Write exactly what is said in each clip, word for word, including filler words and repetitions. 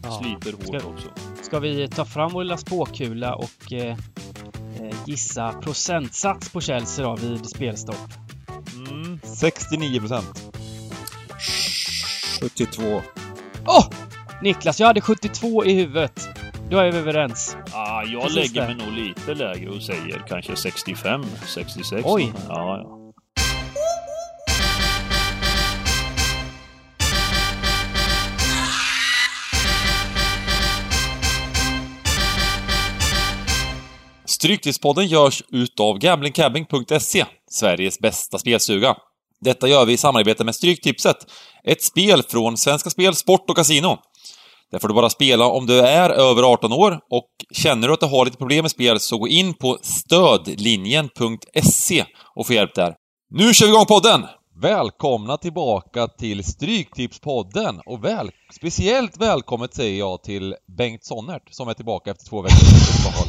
Ja. Sliter hårt ska, också. Ska vi ta fram vår lilla spåkula och eh, gissa procentsats på Chelsea då vid spelstopp? Mm. sextionio procent. sjuttiotvå. Åh! Oh! Niklas, jag hade sjuttiotvå i huvudet. Då är vi överens. Ah, jag Precis lägger där. mig nog lite lägre och säger kanske sextiofem, sextiosex. Oj. Ja, ja. Stryktipspodden görs utav gambling cabbing punkt se, Sveriges bästa spelstuga. Detta gör vi i samarbete med Stryktipset, ett spel från Svenska Spel, Sport och Casino. Där får du bara spela om du är över arton år, och känner du att du har lite problem med spel så gå in på stödlinjen punkt se och få hjälp där. Nu kör vi igång podden! Välkomna tillbaka till Stryktipspodden, och väl, speciellt välkommet säger jag till Bengt Sonnert som är tillbaka efter två veckors uppehåll.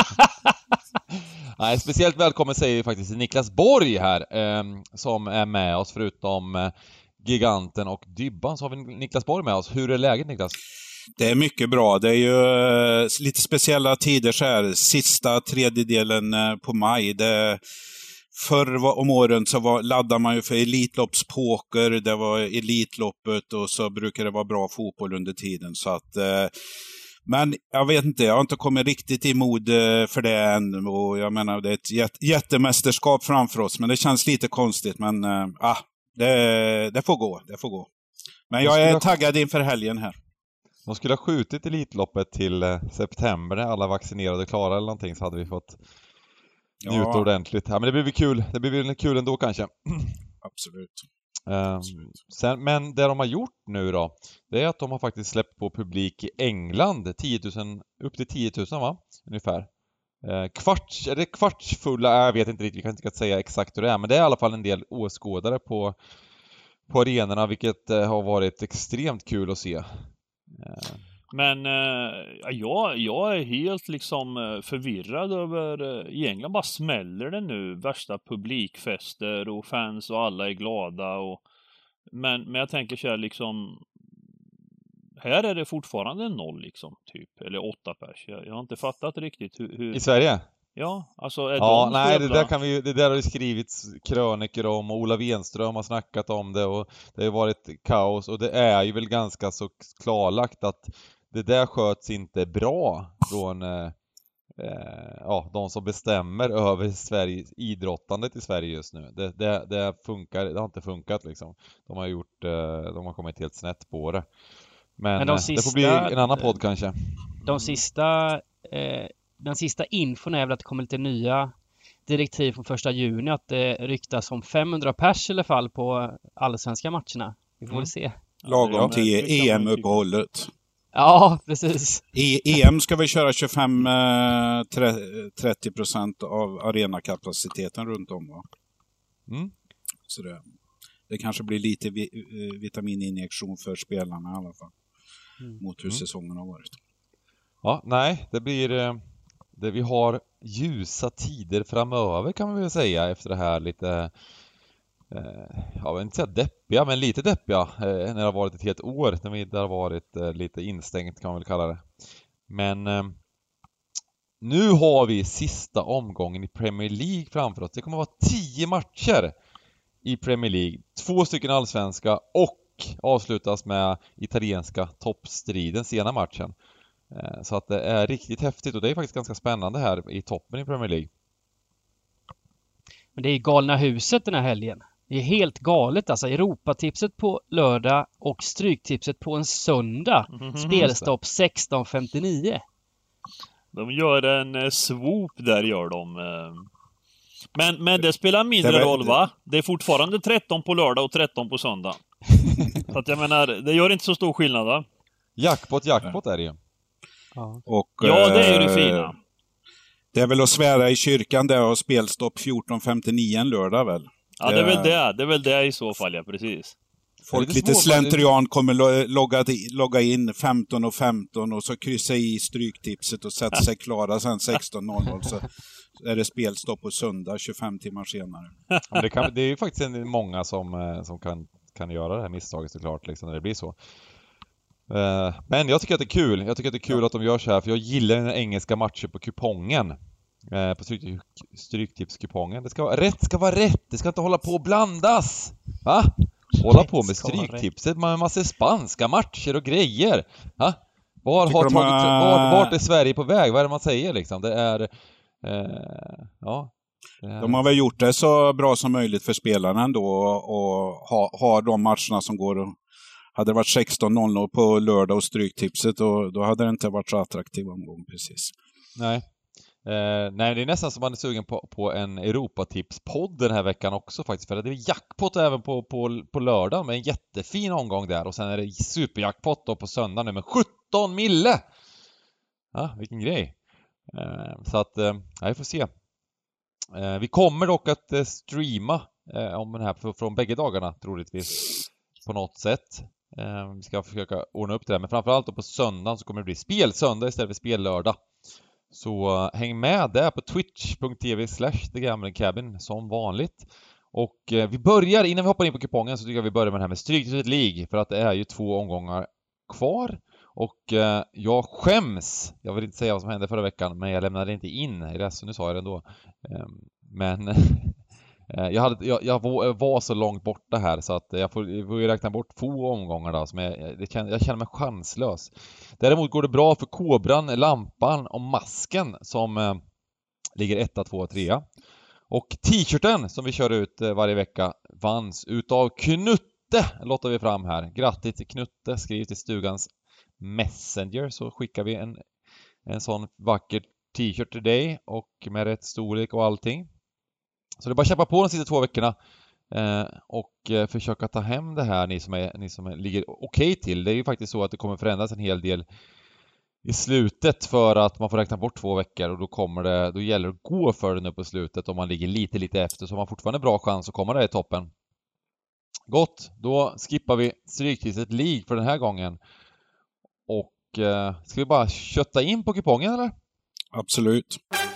Nej, speciellt välkommen säger vi faktiskt till Niklas Borg här eh, som är med oss, förutom eh, Giganten och Dybban så har vi Niklas Borg med oss. Hur är läget, Niklas? Det är mycket bra. Det är ju uh, lite speciella tider så här. Sista tredjedelen uh, på maj. Det, förr om åren så var, laddade man ju för Elitloppspoker. Det var Elitloppet och så brukar det vara bra fotboll under tiden. Så att... Uh, Men jag vet inte, jag har inte kommit riktigt i mod för det än. Och jag menar, det är ett jät- jättemästerskap framför oss. Men det känns lite konstigt. Men äh, det, det får gå, det får gå. Men jag är taggad inför helgen här. De skulle ha skjutit Elitloppet till eh, september när alla vaccinerade och klara eller någonting, så hade vi fått Ja. njuta ordentligt. Ja, men det blir väl kul. Det blir väl kul ändå kanske. Absolut. Um, sen, men det de har gjort nu då, det är att de har faktiskt släppt på publik i England tio tusen, upp till tio tusen va? Ungefär. Uh, kvarts, är det kvartsfulla? Jag vet inte riktigt, vi kan inte säga exakt hur det är, men det är i alla fall en del åskådare på, på arenorna, vilket uh, har varit extremt kul att se. Uh. Men eh, jag, jag är helt liksom förvirrad över, eh, i England bara smäller det nu, värsta publikfester och fans och alla är glada och, men, men jag tänker så här liksom, här är det fortfarande noll liksom, typ, eller åtta pers, jag, jag har inte fattat riktigt hur, hur... I Sverige? Ja, alltså är ja, de nej, jävla... det där kan vi ju, det där har ju skrivits kröniker om, och Ola Wenström har snackat om det, och det har varit kaos, och det är ju väl ganska så klarlagt att det där sköts inte bra från eh, eh, ja, de som bestämmer över Sveriges idrottandet i Sverige just nu. Det, det, det funkar, det har inte funkat liksom. De har gjort, eh, de har kommit helt snett på det. Men, Men de eh, sista, det får bli en annan podd kanske. De sista, eh, den sista infon är väl att det kommer lite nya direktiv från första juni, att det ryktas om femhundra pers i alla fall på allsvenska matcherna. Vi får Mm. väl se. Lagom Ja, till det- det kan E man M-uppehållet. Ja, precis. I E M ska vi köra tjugofem till trettio procent av arenakapaciteten runt om, va? Mm. Så det, det kanske blir lite vi, eh, vitamininjektion för spelarna i alla fall. Mm. Mot hur Mm. säsongen har varit. Ja, nej, det blir eh, det, vi har ljusa tider framöver kan man väl säga, efter det här lite eh, jag vill inte säga deppiga, men lite deppiga eh, när det har varit ett helt år, när det har varit eh, lite instängt kan man väl kalla det. Men eh, nu har vi sista omgången i Premier League framför oss. Det kommer att vara tio matcher i Premier League, två stycken allsvenska och avslutas med italienska toppstriden sena matchen. Så att det är riktigt häftigt, och det är faktiskt ganska spännande här i toppen i Premier League. Men det är galna huset den här helgen. Det är helt galet alltså. Europatipset på lördag och stryktipset på en söndag. Mhm. Spelstopp sexton femtionio. De gör en eh, swoop där, gör de. Eh. Men, men det spelar mindre Det var- roll, va? Det är fortfarande tretton på lördag och tretton på söndag. Så att jag menar, det gör inte så stor skillnad, va? Jackpot, jackpot är det ju. Ja. Och, Ja, det är ju det eh, fina. Det är väl att svära i kyrkan där och spelstopp fjorton femtionio en lördag väl? Ja, det är väl det. Det är väl det i så fall, ja, precis. Folk lite lite små- slentrian kommer lo- logga, logga in femton och femton och så kryssa i stryktipset och sätta sig klara sen sexton noll noll, så är det spelstopp på söndag tjugofem timmar senare. Ja, men det, kan, det är ju faktiskt en, många som, eh, som kan, kan göra det här misstaget såklart liksom, när det blir så. Uh, men jag tycker att det är kul. Jag tycker att det är kul ja. att de gör så här, för jag gillar den engelska matchen på kupongen. Uh, på stryk, stryktipskupongen. Det ska vara, rätt ska vara rätt. Det ska inte hålla på att blandas. Va? Hålla på med stryktipset med massa spanska matcher och grejer. Va? Var har tagit, var, vart är Sverige på väg? Vad är det man säger liksom? Det är... Uh, ja... De har väl gjort det så bra som möjligt för spelarna ändå och ha, ha de matcherna som går. Hade det varit sexton noll noll på lördag och stryktipset och då hade det inte varit så attraktiv omgång precis. Nej. Eh, nej, det är nästan som man är sugen på, på en Europatips-podd den här veckan också faktiskt. För det är jackpot även på, på, på lördag med en jättefin omgång där. Och sen är det superjackpot då på söndag nu med sjutton mille! Ja, vilken grej. Eh, så att, eh, ja, vi får se. Eh, vi kommer dock att eh, streama eh, om den här från bägge dagarna troligtvis på något sätt. Eh, vi ska försöka ordna upp det där, men framförallt då på söndagen så kommer det bli spelsöndag istället för spellördag. Så uh, häng med där på twitch punkt tv slash the gambling cabin som vanligt. Och uh, vi börjar, innan vi hoppar in på kupongen så tycker jag vi börjar med det här med Stryktipset League, för att det är ju två omgångar kvar. Och uh, jag skäms, jag vill inte säga vad som hände förra veckan, men jag lämnade inte in i det, så nu sa jag det ändå. Um, men jag, hade, jag, jag var så långt borta här så att jag får, jag får räkna bort två omgångar då, som jag, det känner, jag känner mig chanslös. Däremot går det bra för Kobran, Lampan och Masken som eh, ligger etta, två och trea. Och t-shirten som vi kör ut eh, varje vecka vanns utav Knutte, låter vi fram här. Grattis till Knutte, skriv till stugans Messenger så skickar vi en, en sån vacker t-shirt till dig och med rätt storlek och allting. Så det är bara att kämpa på de sista två veckorna eh, och eh, försöka ta hem det här, ni som, är, ni som är, ligger okej till. Det är ju faktiskt så att det kommer förändras en hel del i slutet för att man får räkna bort två veckor och då kommer det, då gäller det att gå för det nu på slutet om man ligger lite lite efter, så har man fortfarande bra chans att komma där i toppen. Gott, då skippar vi Stryktipset League för den här gången. Och eh, ska vi bara kötta in på kupongen eller? Absolut.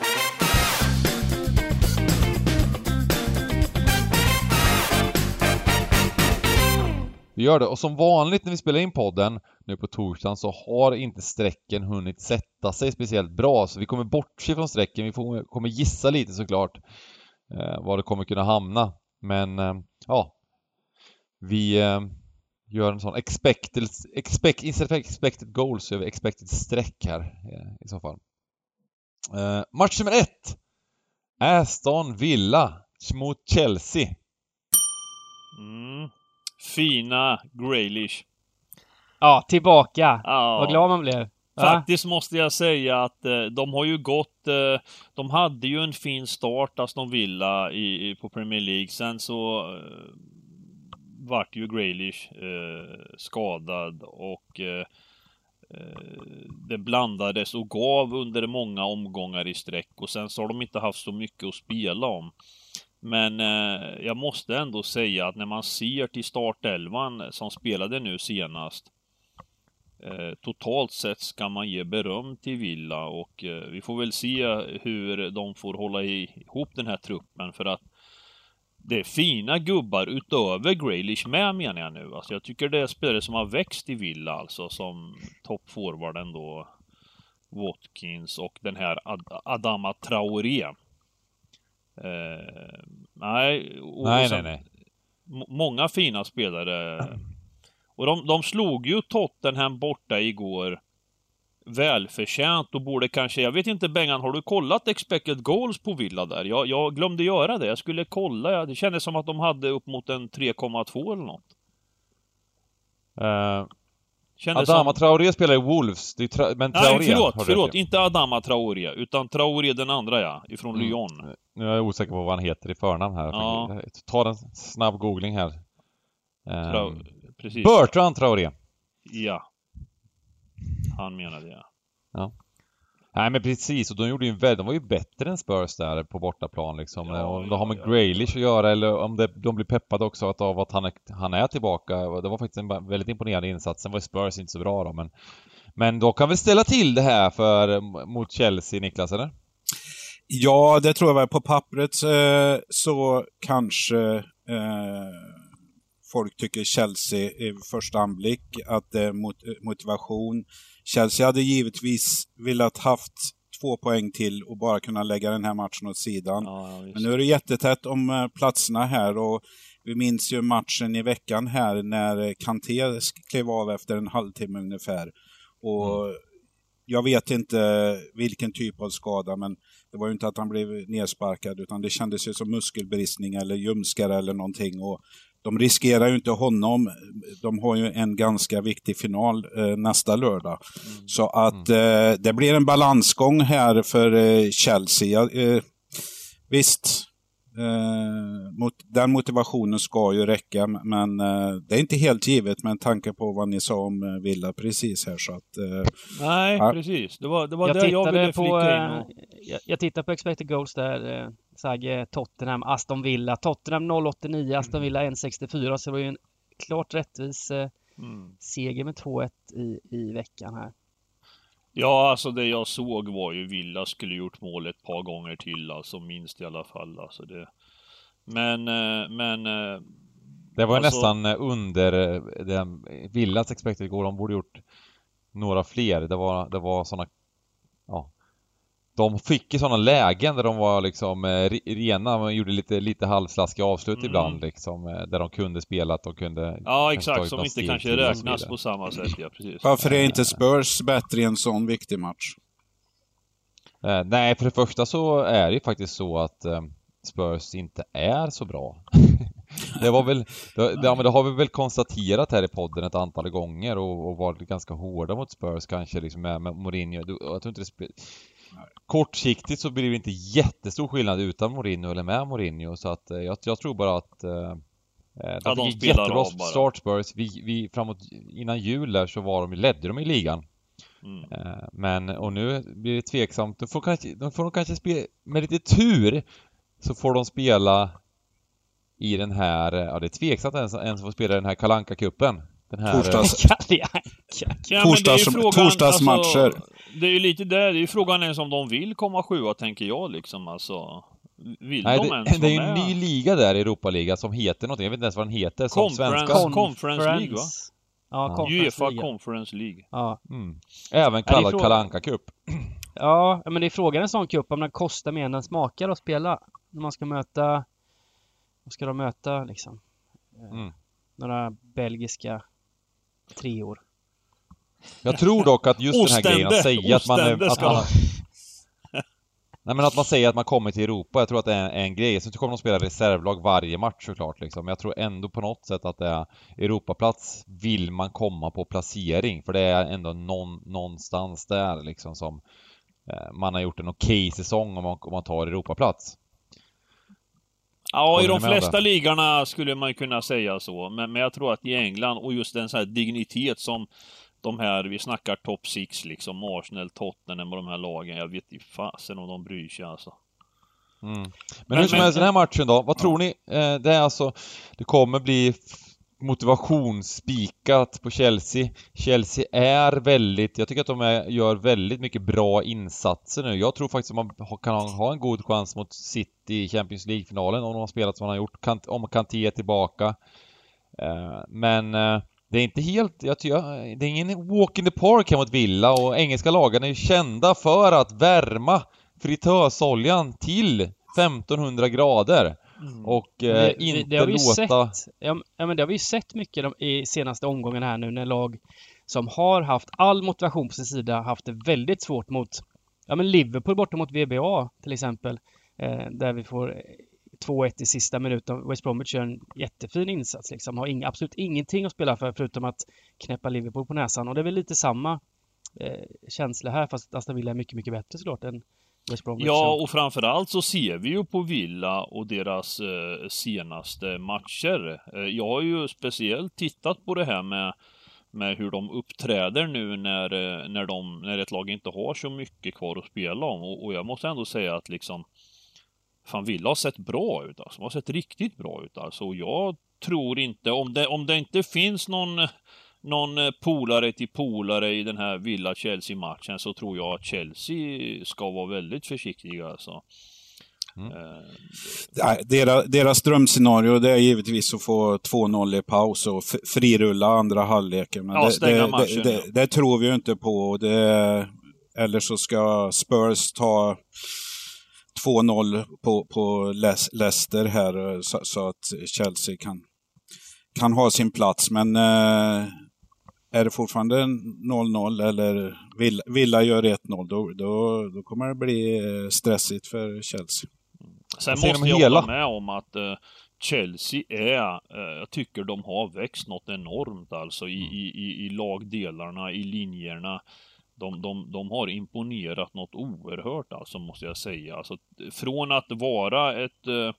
Vi gör det, och som vanligt när vi spelar in podden nu på torsdagen så har inte strecken hunnit sätta sig speciellt bra, så vi kommer bortse från strecken, vi får, kommer gissa lite såklart eh, var det kommer kunna hamna, men eh, ja vi eh, gör en sån expected, expect, istället för expected goals så gör vi expected streck här eh, i så fall. Eh, match nummer ett, Aston Villa mot Chelsea. Mm. Fina Grealish. Ja, tillbaka. Ja. Vad glad man blev. Faktiskt måste jag säga att eh, de har ju gått, eh, de hade ju en fin start, Aston Villa i, i, på Premier League. Sen så eh, vart ju Grealish eh, skadad och eh, det blandades och gav under många omgångar i sträck, och sen så har de inte haft så mycket att spela om. Men eh, jag måste ändå säga att när man ser till startelvan som spelade nu senast, eh, totalt sett ska man ge beröm till Villa, och eh, vi får väl se hur de får hålla ihop den här truppen, för att det är fina gubbar utöver Grealish med, menar jag nu. Alltså jag tycker det är spelare som har växt i Villa, alltså som toppforwarden då Watkins och den här Ad- Adama Traoré. Eh, nej, och nej, sen, nej, nej. M- många fina spelare. Och de, de slog ju Tottenham borta igår välförtjänt och borde kanske, jag vet inte Bengan, har du kollat expected goals på Villa där? Jag, jag glömde göra det, jag skulle kolla, det kändes som att de hade upp mot en tre komma två eller något. Uh, Kändes Adama som... Traoré spelar i Wolves, det är tra... men Traoré... Nej, förlåt, förlåt, inte Adama Traoré, utan Traoré den andra, ja, ifrån mm. Lyon. Nu är jag osäker på vad han heter i förnamn här. Ja. Ta en snabb googling här. Tra... Um, Precis. Bertrand Traoré. Ja. Han menade jag. Ja. Nej men precis, och de gjorde ju väldigt, de var ju bättre än Spurs där på bortaplan liksom. Ja, och de har med ja, Grealish ja. att göra, eller om det, de blir peppade också att av att han är, han är tillbaka. Det var faktiskt en väldigt imponerande insats. Sen var Spurs inte så bra då, men men då kan vi ställa till det här för mot Chelsea, Niklas, eller? Ja, det tror jag väl. På pappret eh, så kanske eh, folk tycker Chelsea i första anblick, att det är mot, motivation. Chelsea hade givetvis velat haft två poäng till och bara kunna lägga den här matchen åt sidan. Ja, men nu är det jättetätt om platserna här, och vi minns ju matchen i veckan här när Kanté klev av efter en halvtimme ungefär. Och mm. jag vet inte vilken typ av skada, men det var ju inte att han blev nedsparkad, utan det kändes ju som muskelbristning eller ljumskare eller någonting. Och de riskerar ju inte honom. De har ju en ganska viktig final eh, nästa lördag. Mm. Så att eh, det blir en balansgång här för eh, Chelsea. Eh, visst, eh, mot, den motivationen ska ju räcka, men eh, det är inte helt givet med tanke på vad ni sa om eh, Villa precis här. Så att, eh, Nej, ja. precis. Det var, det var jag där jag ville på, flika in. Och... Jag, jag tittade på expected goals där. Eh, Sagge, Tottenham, Aston Villa. Tottenham noll komma åttionio, Aston Villa en komma sextiofyra. Så det var ju en klart rättvis eh, mm. seger med två ett i, i veckan här. Ja, alltså det jag såg var ju Villa skulle gjort mål ett par gånger till, alltså minst i alla fall. Alltså det... Men, men... Det var alltså... nästan under den Villas expected goal. De borde gjort några fler. Det var, det var såna... Ja. De fick ju sådana lägen där de var liksom rena, man gjorde lite, lite halvslaskiga avslut mm. ibland liksom, där de kunde spela, att de kunde... Ja, exakt, som inte kanske räknas på samma sätt, ja, precis. Varför är inte Spurs bättre i en sån viktig match? Eh, nej, för det första så är det ju faktiskt så att eh, Spurs inte är så bra. det var väl, det, ja, men det har vi väl konstaterat här i podden ett antal gånger, och, och varit ganska hårda mot Spurs kanske liksom med, med Mourinho. Jag tror inte det spe... Kortsiktigt så blir det inte jättestor skillnad utan Mourinho eller med Mourinho, så att jag, jag tror bara att eh, ja, de fick jättebra start Spurs. Vi, vi framåt innan jul där så var de, ledde de i ligan. Mm. Eh, men och nu blir det tveksamt. De får kanske, de får de kanske spela med lite tur, så får de spela i den här, ja det är tveksamt ens, ens får spela den här Kalanka-kuppen. Den här Torsdags... ja, Torsdags, frågan, torsdagsmatcher. Alltså, det är ju lite där, det är ju frågan ens om de vill komma sjua, tänker jag liksom, alltså vill Nej, de det, ens det är ju en ny liga där, Europa-liga, som heter något, jag vet inte ens vad den heter, som Conference, svenska. Conference League, va? Ja, Conference UEFA League. Conference League. Ja. Mm. Även kallad Kalanka Cup. Ja, men det är frågan en sån cup om den kostar mer än den smakar att spela. När man ska möta, vad ska de möta liksom? Mm. Några belgiska treor. Jag tror dock att just Ostende, den här grejen att säga att man är, att man, nej, men att man säger att man kommer till Europa, jag tror att det är en, en grej. Så kommer de spela reservlag varje match såklart liksom. Men jag tror ändå på något sätt att det är Europaplats, vill man komma på placering, för det är ändå någon, någonstans där liksom som eh, man har gjort en okej säsong om man, om man tar Europaplats. Ja, i de flesta ligorna skulle man kunna säga så. Men, men jag tror att i England, och just den så här dignitet som de här, vi snackar top sex liksom, Arsenal, Tottenham och de här lagen, jag vet inte fasen om de bryr sig alltså. Mm. Men, men hur som helst den här matchen då, vad ja. tror ni? Eh, det är alltså, det kommer bli motivationsspikat på Chelsea. Chelsea är väldigt, jag tycker att de är, gör väldigt mycket bra insatser nu. Jag tror faktiskt att man kan ha en god chans mot City i Champions League-finalen om de har spelat som man har gjort, kan, om Kanté är tillbaka. Eh, men eh, det är inte helt, jag tycker, det är ingen walk in the park här mot Villa, och engelska lagarna är ju kända för att värma fritösoljan till femtonhundra grader. Mm. Och eh, det, inte det har vi låta... Sett, ja, men det har vi ju sett mycket i senaste omgången här nu, när lag som har haft all motivation på sin sida haft det väldigt svårt mot, ja men Liverpool borta mot V B A till exempel, eh, där vi får två ett i sista minuten. West Bromwich gör en jättefin insats liksom, har inga, absolut ingenting att spela för förutom att knäppa Liverpool på näsan, och det är väl lite samma eh, känsla här, fast Aston Villa är mycket mycket bättre såklart än West Bromwich. Ja, och framförallt så ser vi ju på Villa och deras eh, senaste matcher. Eh, jag har ju speciellt tittat på det här med med hur de uppträder nu när, när, de, när ett lag inte har så mycket kvar att spela om. Och, och jag måste ändå säga att liksom fan, Villa har sett bra ut alltså. De har sett riktigt bra ut alltså. Och jag tror inte, om det, om det inte finns någon, någon polare till polare i den här Villa-Chelsea-matchen, så tror jag att Chelsea ska vara väldigt försiktiga alltså. Mm. Eh, deras, deras drömscenario det är givetvis att få två noll i paus och f- frirulla andra halvleken. Men ja, det, stänga det, matchen. det, det, ja. det tror vi ju inte på. Det, eller så ska Spurs ta två noll på, på Leicester här så, så att Chelsea kan, kan ha sin plats. Men eh, är det fortfarande noll noll eller Villa, Villa gör ett noll då, då, då kommer det bli stressigt för Chelsea. Sen Ser måste de jag hela? hålla med om att uh, Chelsea är, uh, jag tycker de har växt något enormt alltså i, i, i, i lagdelarna, i linjerna. De, de, de har imponerat något oerhört alltså, måste jag säga. Alltså, från att vara ett uh,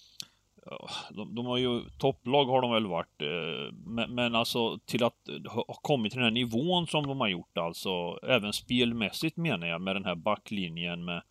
de, de har ju topplag har de väl varit uh, men, men alltså till att ha kommit till den här nivån som de har gjort alltså, även spelmässigt menar jag, med den här backlinjen med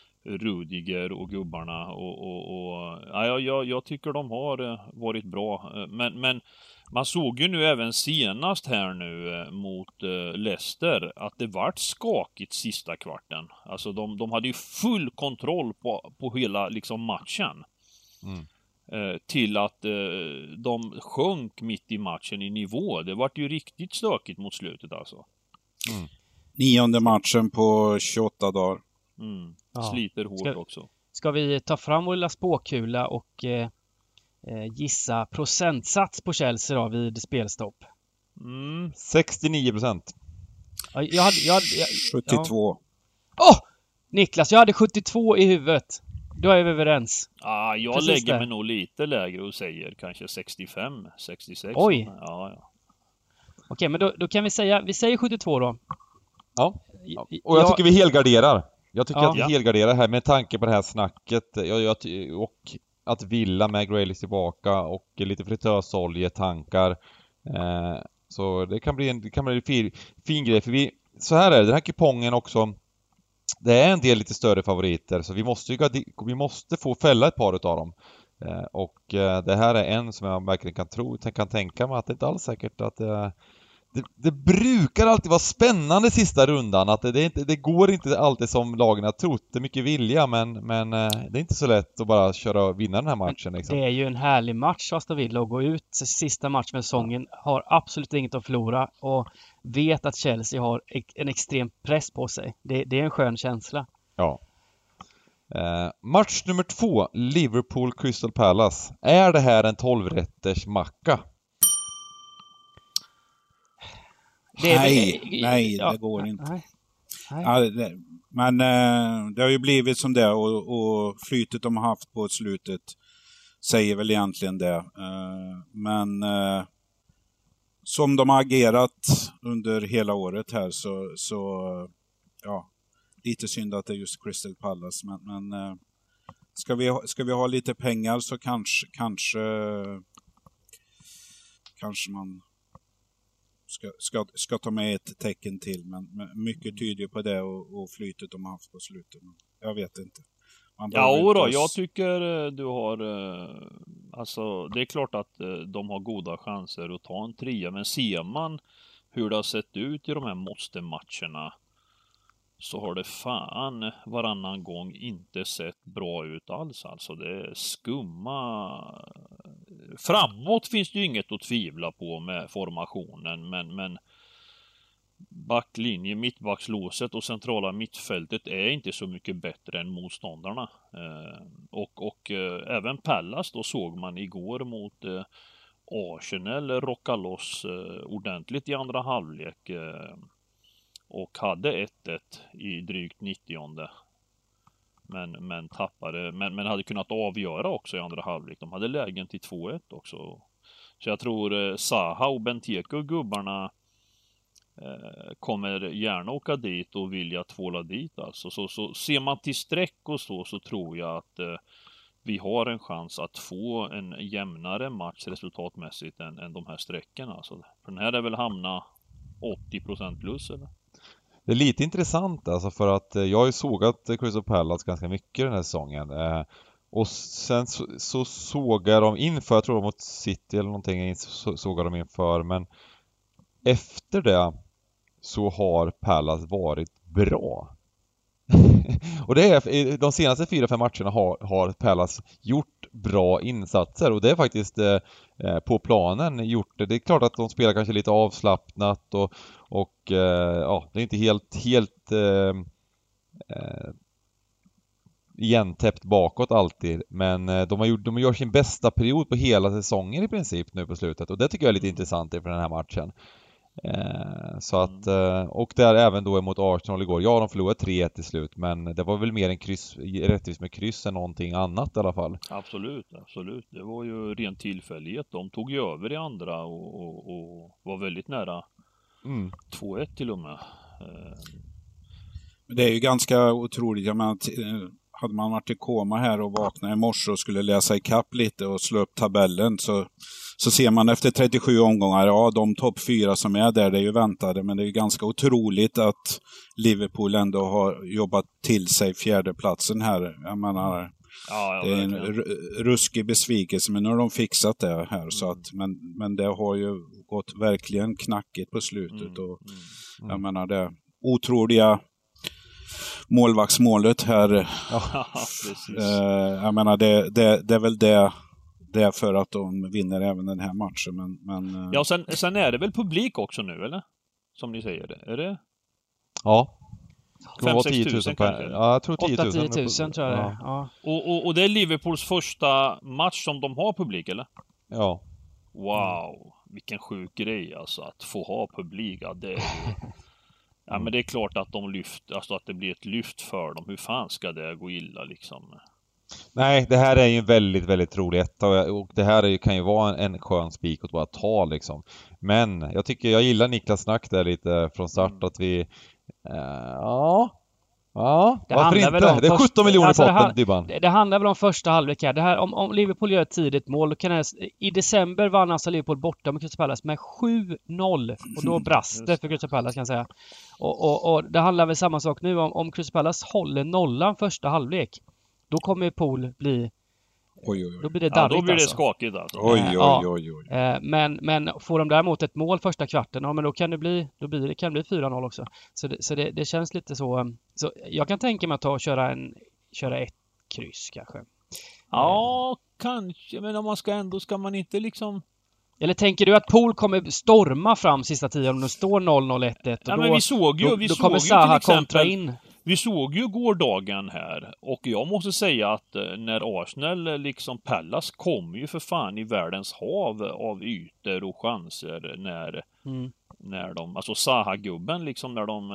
Rudiger och gubbarna och, och, och ja, jag, jag tycker de har varit bra, men, men man såg ju nu även senast här nu mot Leicester att det vart skakigt sista kvarten. Alltså de, de hade ju full kontroll på, på hela liksom matchen. Mm. Till att de sjönk mitt i matchen i nivå. Det vart ju riktigt stökigt mot slutet alltså. Mm. Nionde matchen på tjugoåtta dagar. Mm. Ja. Sliter hårt Ska- också. Ska vi ta fram vår lilla spåkula och eh, eh, gissa procentsats på Chelsea då vid spelstopp? Mm. sextionio procent. Ja, jag hade, jag hade, jag, sjuttiotvå. Åh! Niklas, jag hade sjuttiotvå i huvudet. Då är vi överens. Ah, jag Precis lägger det. mig nog lite lägre och säger kanske sextiofem, sextiosex. Oj. Ja, ja. Okej, men då, då kan vi säga, vi säger sjuttiotvå då. Ja. I- Och jag jag- tycker vi helgarderar. Jag tycker Ja. att vi Ja. helgarderar här med tanke på det här snacket. Jag, jag, ty- och att Villa med Grealish tillbaka och lite fritösolje-tankar. Eh, så det kan bli en, det kan bli en fin, fin grej. För vi, så här är det, den här kupongen också. Det är en del lite större favoriter så vi måste ju, gardi- vi måste få fälla ett par utav dem. Eh, och eh, det här är en som jag verkligen kan tro, kan tänka mig att det inte alls säkert att eh, det, det brukar alltid vara spännande sista rundan, att det, det, är inte, det går inte alltid som lagen har trott. Det är mycket vilja men, men eh, det är inte så lätt att bara köra och vinna den här matchen liksom. Det är ju en härlig match Aston Villa och gå ut sista matchen med säsongen, har absolut inget att förlora och vet att Chelsea har ek- en extrem press på sig. Det, det är en skön känsla. Ja. Eh, match nummer två, Liverpool Crystal Palace. Är det här en tolv-rätters macka? Det är- Nej, nej, ja, det går inte. Nej, nej. Ja, det, men eh, det har ju blivit som det och, och flytet de har haft på slutet säger väl egentligen det. Eh, men eh, som de har agerat under hela året här så, så ja, lite synd att det är just Crystal Palace. Men, men eh, ska, vi ha, ska vi ha lite pengar så kanske, kanske, kanske man Ska, ska, ska ta med ett tecken till, men, men mycket tyder på det och, och flytet de har haft på slutet. Men jag vet inte. Man Ja, behöver då, inte jag oss- tycker eh, du har, eh, alltså det är klart att eh, de har goda chanser att ta en trea, men ser man hur det har sett ut i de här måste-matcherna så har det fan varannan gång inte sett bra ut alls. Alltså det är skumma. Framåt finns det ju inget att tvivla på med formationen, men, men backlinje, mittbackslåset och centrala mittfältet är inte så mycket bättre än motståndarna. Eh, och och eh, även Pallas då såg man igår mot eh, Arsenal rocka loss eh, ordentligt i andra halvlek. Eh, och hade ett ett i drygt nittionde. Men, men tappade, men, men hade kunnat avgöra också i andra halvlek. De hade lägen till två ett också. Så jag tror eh, Zaha och Benteke och gubbarna eh, kommer gärna åka dit och vilja tvåla dit. Alltså. Så, så ser man till streck och så, så tror jag att eh, vi har en chans att få en jämnare match resultatmässigt än, än de här strecken. Alltså. För den här är väl hamna åttio procent plus eller? Det är lite intressant alltså för att eh, jag har ju sågat eh, Crystal Palace ganska mycket den här säsongen. Eh, och sen så, så såg jag dem inför, jag tror det var mot City eller någonting, så, såg jag dem inför. Men efter det så har Palace varit bra. och det är, de senaste fyra, fem matcherna har, har Palace gjort bra insatser och det är faktiskt eh, på planen gjort det. Det är klart att de spelar kanske lite avslappnat och, och eh, ja, det är inte helt, helt eh, eh, igentäppt bakåt alltid, men eh, de har gjort, de gör sin bästa period på hela säsongen i princip nu på slutet och det tycker jag är lite intressant inför den här matchen. Eh, så att, eh, och där även då mot Arsenal igår, ja de förlorade tre ett till slut, men det var väl mer en kryss, rättvis med kryss än någonting annat i alla fall. Absolut, absolut. Det var ju rent tillfällighet. De tog ju över i andra och, och, och var väldigt nära mm. två ett till och med. Eh. Det är ju ganska otroligt, jag menar, hade man varit i koma här och vaknat i morse och skulle läsa i kapp lite och slå upp tabellen så, så ser man efter trettiosju omgångar, ja de topp fyra som är där, det är ju väntade, men det är ju ganska otroligt att Liverpool ändå har jobbat till sig fjärdeplatsen här. Jag menar, ja, det är en r- ruskig besvikelse, men nu har de fixat det här. Mm. Så att, men, men det har ju gått verkligen knackigt på slutet. Mm. Och, mm. Jag menar det otroliga målvaktsmålet här. Ja, precis. Eh, jag menar det, det, det är väl det, det är för att de vinner även den här matchen. Men, men, eh. Ja, sen, sen är det väl publik också nu, eller? Som ni säger det. Är det? Ja. fem sex tusen kanske? Ja, jag tror tio tusen. åtta till tio tusen tror jag det är. Ja. Och, och, och det är Liverpools första match som de har publik, eller? Ja. Wow, vilken sjuk grej alltså, att få ha publik. Ja, det är ju... Ja, men det är klart att de lyft, alltså att det blir ett lyft för dem. Hur fan ska det gå illa liksom? Nej, det här är ju en väldigt, väldigt rolig etta och det här är ju, kan ju vara en, en skön spik att bara ta liksom. Men jag tycker, jag gillar Niklas snack där lite från start mm. att vi, äh, ja, ja, det varför inte? Det är sjutton miljoner alltså, potten, Dybban. Det, det handlar väl om första halvlek här. Det här, om, om Liverpool gör ett tidigt mål, kan det, i december vann alltså Liverpool borta med Crystal Palace med sju noll och då brast det för Crystal Palace kan jag säga. Och, och, och det handlar väl samma sak nu om, om Crystal Palace håller nollan första halvlek. Då kommer Pool bli... Oj, oj, oj. Då blir det darrigt, ja, då blir det alltså. skakigt alltså. Oj, oj, ja, oj, oj. Men, men får de däremot ett mål första kvarten, ja men då kan det bli, då blir det, kan det bli fyra noll också. Så, det, så det, det känns lite så... Så jag kan tänka mig att ta och köra, en, köra ett kryss kanske. Ja, kanske. Men om man ska ändå, ska man inte liksom... Eller tänker du att Pool kommer storma fram sista tiden om det står noll noll ett ett? Ja, då, men vi såg ju, då, vi då såg kommer ju Zaha till kontra exempel, in. Vi såg ju gårdagen här och jag måste säga att när Arsenal liksom Palace kommer ju för fan i världens hav av ytor och chanser när, mm. när de, alltså Zaha-gubben liksom när de...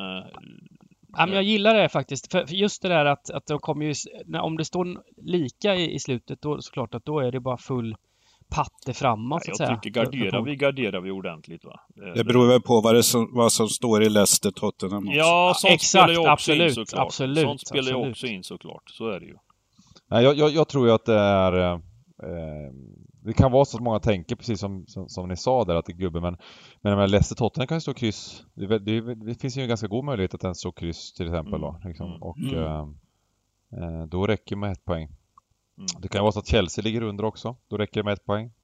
Ja, men jag gillar det faktiskt. För just det där att, att de kommer ju, om det står lika i, i slutet då såklart att då är det bara full patte framåt, ja, så att jag tycker garderar vi, garderar vi ordentligt va. Det, det beror väl på vad, det som, vad som står i Leicester Tottenham också. Ja, sånt exakt, spelar ju också absolut, in såklart. Absolut, sånt spelar ju absolut. också in såklart, så är det ju. Nej, jag, jag, jag tror ju att det är eh, det kan vara så att många tänker precis som, som, som ni sa där att det är gubbe, men men med Leicester Tottenham kan ju stå kryss. Det, det, det finns ju en ganska god möjlighet att den står kryss till exempel då, liksom. mm. och mm. Eh, då räcker med ett poäng. Mm. Det kan vara så att Chelsea ligger under också. Då räcker det med ett poäng.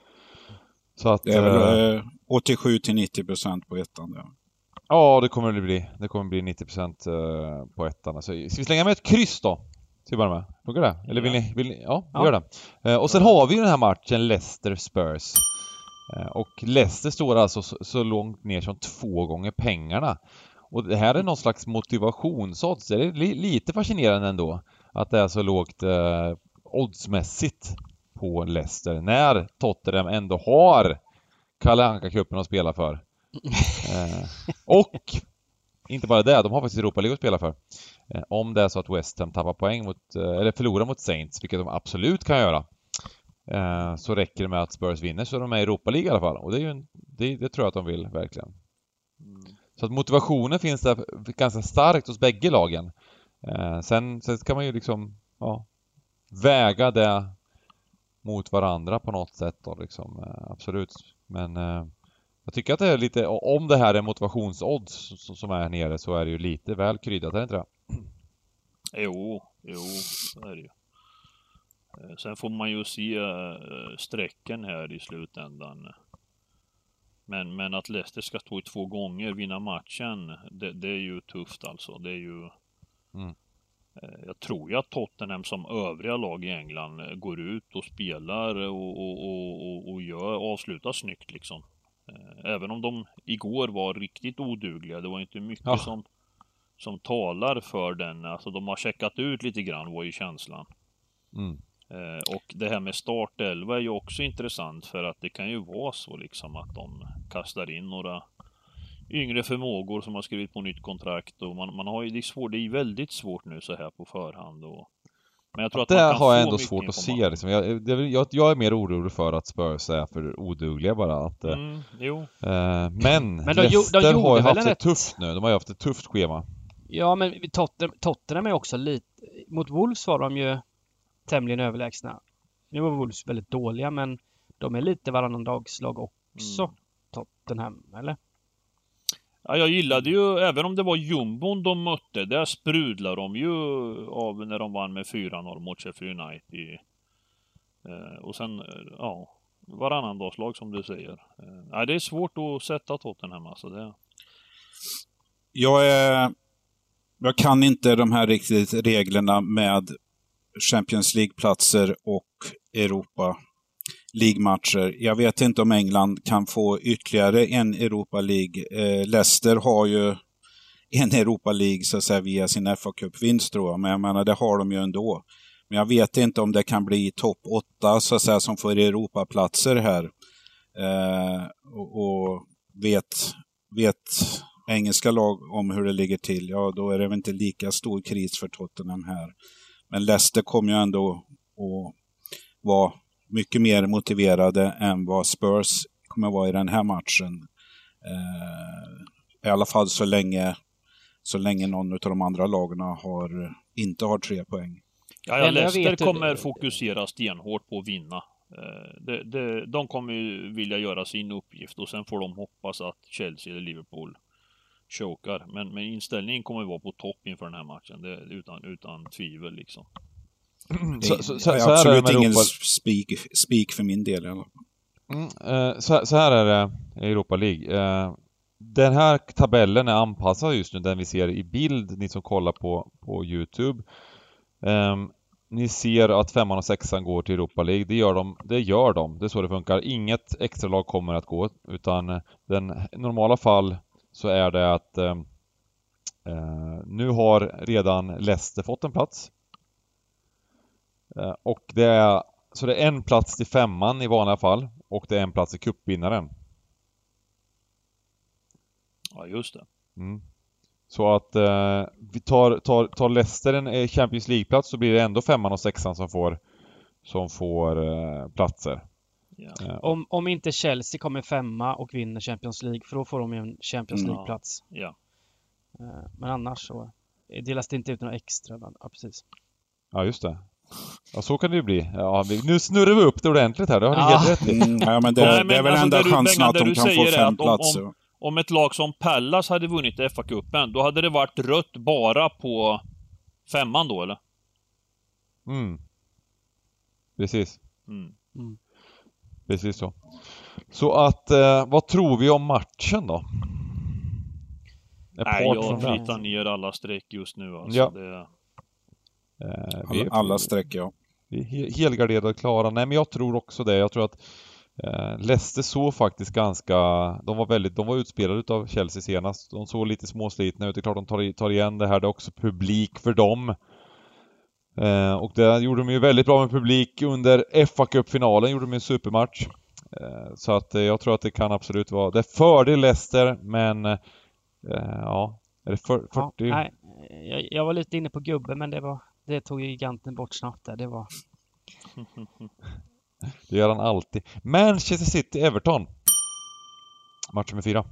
Så att, det är väl eh, åttiosju till nittio procent på ettan där. Ja, det kommer det bli. Det kommer bli nittio procent på ettan. Så ska vi slänga med ett kryss då? Ska vi bara med? Funkar det? Eller vill ni? Vill ni? Ja, vi ja. gör det. Och sen har vi ju den här matchen Leicester-Spurs. Och Leicester står alltså så, så långt ner som två gånger pengarna. Och det här är någon slags motivationsodds. Det är li, lite fascinerande ändå att det är så lågt eh, oddsmässigt på Leicester när Tottenham ändå har Kalle Anka-cupen att spela för. eh, och inte bara det, de har faktiskt Europa League att spela för. Eh, om det är så att West Ham tappar poäng mot, eh, eller förlorar mot Saints, vilket de absolut kan göra, eh, så räcker det med att Spurs vinner så är de med i Europa League i alla fall. Och det, är ju en, det, det tror jag att de vill verkligen. Mm. Så att motivationen finns där ganska starkt hos bägge lagen. Eh, sen, sen kan man ju liksom ja, väga det mot varandra på något sätt då, liksom. Eh, absolut. Men eh, jag tycker att det är lite, om det här är motivationsodds som är här nere så är det ju lite väl kryddat, är det inte det? Jo, jo, så är det ju. Sen får man ju se strecken här i slutändan. Men, men att Leicester ska stå i två gånger, vinna matchen, det, det är ju tufft alltså. Det är ju... Mm. Jag tror ju att Tottenham som övriga lag i England går ut och spelar och, och, och, och gör, avslutar snyggt liksom. Även om de igår var riktigt odugliga. Det var inte mycket ja. som, som talar för den. Alltså de har checkat ut lite grann, var ju känslan. Mm. Och det här med startelva är ju också intressant, för att det kan ju vara så liksom att de kastar in några yngre förmågor som har skrivit på nytt kontrakt, och man, man har ju det är svårt, det är väldigt svårt nu så här på förhand, och men jag tror att det man kan har jag få ändå svårt att se liksom. jag, det, jag, jag är mer orolig för att Spurs är för odugliga bara att, mm, jo. Eh, men, men de, Leicester de har ju haft det rätt... tufft nu, de har ju haft ett tufft schema. Ja, men Tottenham, Tottenham är också lite, mot Wolves var de ju tämligen överlägsna. Nu var Wolves väldigt dåliga, men de är lite varannan dagslag också, mm. Tottenham, eller? Ja, jag gillade ju, även om det var jumbon de mötte, där sprudlar de ju av när de vann med fyra noll mot Sheffield United. Eh, och sen, ja, varannan dagslag som du säger. Eh, nej, det är svårt att sätta Tottenham, alltså det. Jag är, jag kan inte de här riktigt reglerna med Champions League-platser och Europa League-matcher. Jag vet inte om England kan få ytterligare en Europa League. Eh, Leicester har ju en Europa League så att säga via sin F A Cup-vinst, tror jag. Men jag menar, det har de ju ändå. Men jag vet inte om det kan bli topp åtta så att säga som får Europaplatser här. Eh, och, och vet, vet engelska lag om hur det ligger till, ja då är det väl inte lika stor kris för Tottenham här. Men Leicester kommer ju ändå att vara mycket mer motiverade än vad Spurs kommer vara i den här matchen. Eh, I alla fall så länge, så länge någon av de andra lagarna har, inte har tre poäng. Ja, ja, Leicester kommer fokusera stenhårt på att vinna. Eh, de, de, de kommer ju vilja göra sin uppgift, och sen får de hoppas att Chelsea eller Liverpool chokar. Men, men inställningen kommer att vara på topp inför den här matchen. Det, utan, utan tvivel liksom. Så, så, så, så är absolut ingen speak, speak för min del. Eller? Mm, eh, så, så här är det i Europa League. Eh, den här tabellen är anpassad just nu, den vi ser i bild, ni som kollar på, på YouTube. Eh, ni ser att femman och sexan går till Europa League. Det gör de, det gör de. Det är så det funkar. Inget extra lag kommer att gå, utan den normala fall så är det att eh, nu har redan Leicester fått en plats. Och det är, så det är en plats till femman i vanliga fall, och det är en plats i cupvinnaren. Ja, just det. Mm. Så att eh, vi tar, tar, tar Leicester en Champions League-plats, så blir det ändå femman och sexan som får, som får eh, platser. Ja. Eh, om, om inte Chelsea kommer femma och vinner Champions League, för då får de ju en Champions League-plats. Ja. Eh, men annars så delas det inte ut några extra. Men, ja, precis. Ja, just det. Ja, så kan det ju bli. Ja, vi, nu snurrar vi upp det ordentligt här. Det har ni ja. helt rätt i. Mm, ja, men det, Nej, men det är väl alltså, enda chansen att de kan få fem platser. Om, om ett lag som Pallas hade vunnit F A-cupen, då hade det varit rött bara på femman då, eller? Mm. Precis. Mm. Mm. Precis så. Så att, eh, vad tror vi om matchen då? Nej, jag flyttar ner alla streck just nu. Alltså. Ja. Det... Eh, alla, vi, alla streck, ja. Vi är helgarderade klara. Nej, men jag tror också det. Jag tror att eh, Leicester såg faktiskt ganska... De var väldigt, de var utspelade av Chelsea senast. De såg lite småslitna ut. Det är klart de tar, tar igen det här. Det är också publik för dem. Eh, och det gjorde de ju väldigt bra med publik under F A-cupfinalen. Gjorde de en supermatch. Eh, så att eh, jag tror att det kan absolut vara... Det är fördel Leicester, men... Eh, ja, är det för, fyrtio? Ja, nej, jag, jag var lite inne på gubben, men det var... Det tog ju giganten bort snart där. Det var... Det gör han alltid. Manchester City, Everton. Match nummer fyra.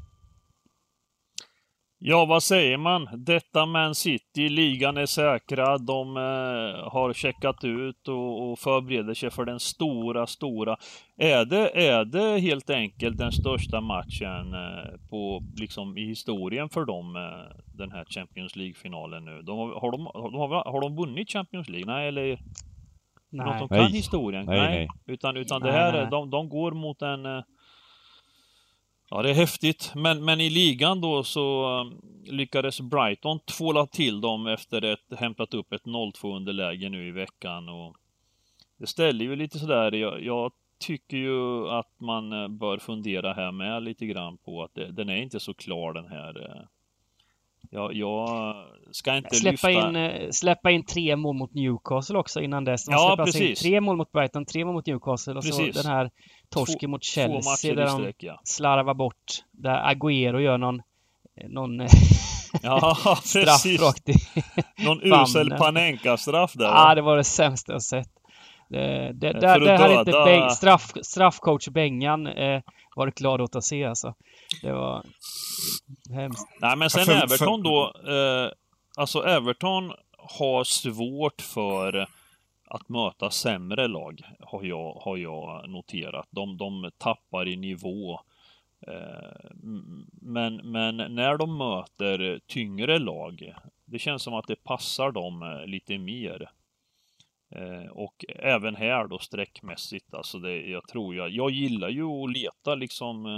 Ja, vad säger man? Detta Man City, ligan är säkra. De eh, har checkat ut och, och förbereder sig för den stora, stora. Är det, är det helt enkelt den största matchen eh, på, liksom, i historien för dem, eh, den här Champions League-finalen nu? De har, har, de, har, de, har de vunnit Champions League? Nej, eller... Nej. Något de kan nej. historien? Nej, nej. nej. Utan, utan nej, det här, nej. De, de går mot en... Ja, det är häftigt. Men, men i ligan då så... lyckades Brighton tvåla till dem efter ett hämtat upp ett noll två underläge nu i veckan, och det ställer ju lite sådär. Jag, jag tycker ju att man bör fundera här med lite grann på att det, den är inte så klar den här. Jag, jag ska inte släppa lyfta... in, släppa in tre mål mot Newcastle också innan dess. Man ja, släpper precis. Alltså in tre mål mot Brighton, tre mål mot Newcastle och precis. så den här torsken två, mot Chelsea där de sträck, ja. slarvar bort, där Agüero gör någon någon ja, straff rakt i någon usel Panenka-straff där. Ja, det var det sämsta jag sett. Det, det, där, det här inte Beng, straff, straffcoach Bengan eh, var glad åt att se alltså. Det var hemskt. Nej, men sen ja, för, Everton då eh, alltså Everton har svårt för att möta sämre lag, har jag, har jag noterat. De, de tappar i nivå. Eh, men, men när de möter tyngre lag, det känns som att det passar dem lite mer. Eh, och även här då sträckmässigt, alltså det, jag tror jag, jag gillar ju att leta liksom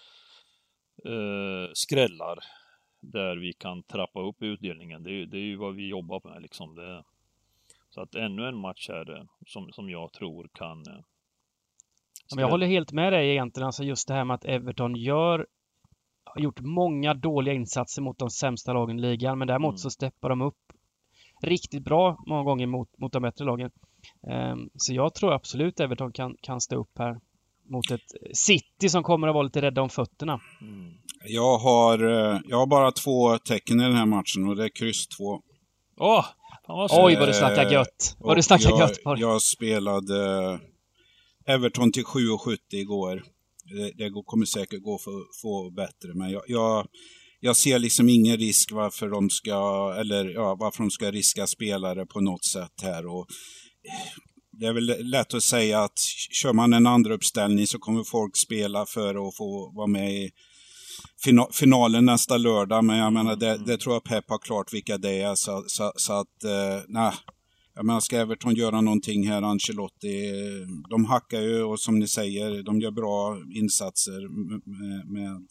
eh, skrällar där vi kan trappa upp utdelningen. Det, det är ju vad vi jobbar med liksom. Det, så att ännu en match här som, som jag tror kan eh, men jag håller helt med dig egentligen, alltså just det här med att Everton gör har gjort många dåliga insatser mot de sämsta lagen i ligan, men däremot mm. så steppar de upp riktigt bra många gånger mot, mot de bättre lagen. Um, så jag tror absolut Everton kan, kan stå upp här mot ett City som kommer att vara lite rädda om fötterna. Mm. Jag har jag har bara två tecken i den här matchen och det är kryss två. Åh! Oh, oj, vad du snackar gött. Vad du snackar jag, gött på. Jag spelade Everton till sju sjuttio igår. Det, det kommer säkert gå för att få bättre, men jag, jag Jag ser liksom ingen risk varför de ska eller ja, varför de ska riska spelare på något sätt här, och det är väl lätt att säga att kör man en andra uppställning så kommer folk spela för att få vara med i fina- finalen nästa lördag, men jag menar det, det tror jag Pep har klart vilka det är, så, så, så att eh, nej. Jag menar, ska Everton göra någonting här, Ancelotti, de hackar ju och som ni säger, de gör bra insatser med, med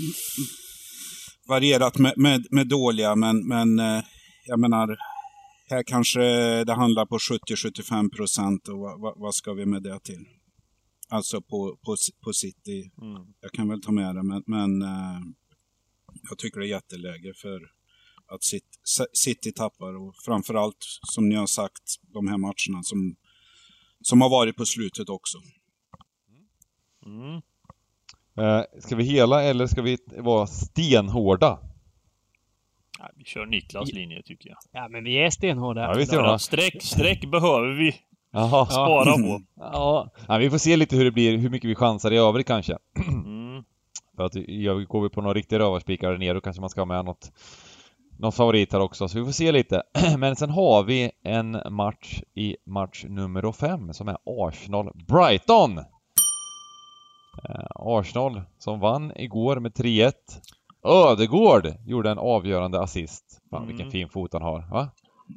varierat med, med, med dåliga, men, men jag menar, här kanske det handlar på sjuttio till sjuttiofem procent, och vad, vad, vad ska vi med det till? Alltså på, på, på City, mm. jag kan väl ta med det, men, men jag tycker det är jätteläge för att City, City tappar, och framförallt som ni har sagt, de här matcherna som, som har varit på slutet också. Mm. Eh, ska vi hela eller ska vi vara stenhårda? Ja, vi kör Niklas linje tycker jag. Ja, men vi är stenhårda. Ja, visst, ja. Sträck, sträck behöver vi Aha. spara på. Ja. Ja, vi får se lite hur det blir, hur mycket vi chansar i övrigt kanske. Mm. För att jag går vi på några riktiga rövarspikar ner, då kanske man ska ha med något någon favorit här också, så vi får se lite. Men sen har vi en match i match nummer fem som är Arsenal-Brighton. Eh, Arsenal som vann igår med tre ett. Ödegård gjorde en avgörande assist. Fan, vilken mm. fin fot han har, va?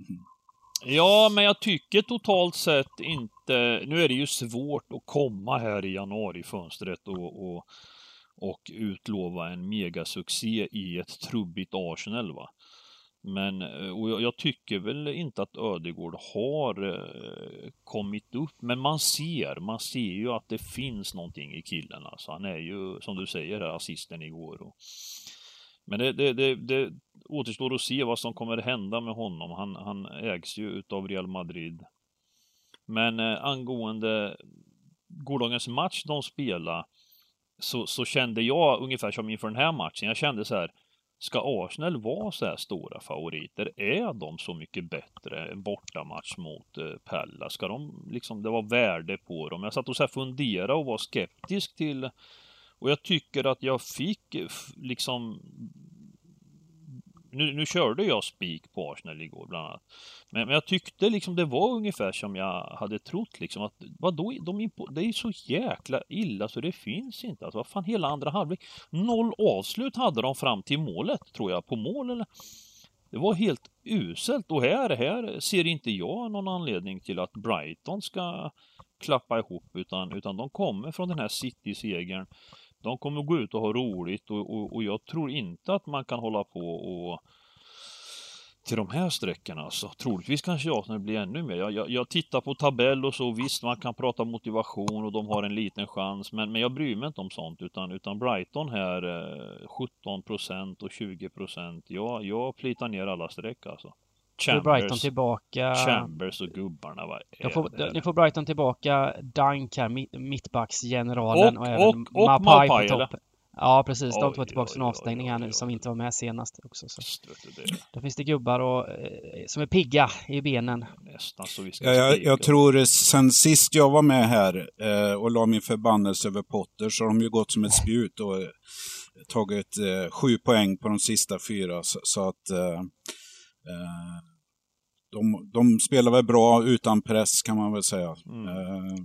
Ja, men jag tycker totalt sett inte... Nu är det ju svårt att komma här i januari-fönstret och... och och utlova en megasuccé i ett trubbigt Arsenal, va. Men och jag, jag tycker väl inte att Ödegård har eh, kommit upp, men man ser, man ser ju att det finns någonting i killen, alltså. Han är ju, som du säger, här, assisten igår. Och, men det, det, det, det återstår att se vad som kommer hända med honom. Han, han ägs ju utav Real Madrid. Men eh, angående gårdagens match de spelar, Så, så kände jag ungefär som inför den här matchen. Jag kände så här, ska Arsenal vara så här stora favoriter? Är de så mycket bättre en bortamatch mot eh, Pella? Ska de liksom, det var värde på dem? Jag satt och så här fundera och var skeptisk till, och jag tycker att jag fick liksom, nu, nu körde jag spik på Arsenal igår bland annat. Men, men jag tyckte liksom det var ungefär som jag hade trott liksom, att vadå, de impo- det är så jäkla illa så det finns inte. Alltså vad fan, hela andra halvlek. Noll avslut hade de fram till målet, tror jag, på mål eller. Det var helt uselt, och här, här ser inte jag någon anledning till att Brighton ska klappa ihop, utan, utan de kommer från den här City-segern De kommer gå ut och ha roligt och, och, och jag tror inte att man kan hålla på och till de här sträckorna. Alltså. Troligtvis kanske Arsenal blir ännu mer. Jag, jag, jag tittar på tabell och så, visst man kan prata motivation och de har en liten chans, men, men jag bryr mig inte om sånt, utan, utan Brighton här eh, sjutton procent och tjugo procent. Jag, jag plitar ner alla streck alltså. Chambers, Brighton tillbaka. Chambers och gubbarna. Vad är får, det? Nu får Brighton tillbaka Dunk här, mittbacksgeneralen, och, och, och även och, och Mapai Mapai, på topp. Ja, precis. De oj, två är tillbaka oj, från oj, avstängning här oj, nu, oj, som oj. inte var med senast också. Så. Det. Då finns det gubbar och, eh, som är pigga i benen. Nästan så vi ska Ja, jag, jag tror sen sist jag var med här eh, och la min förbannelse över Potter, så har de ju gått som ett spjut och eh, tagit eh, sju poäng på de sista fyra. Så, så att eh, eh, de, de spelar väl bra utan press, kan man väl säga. Mm. Eh,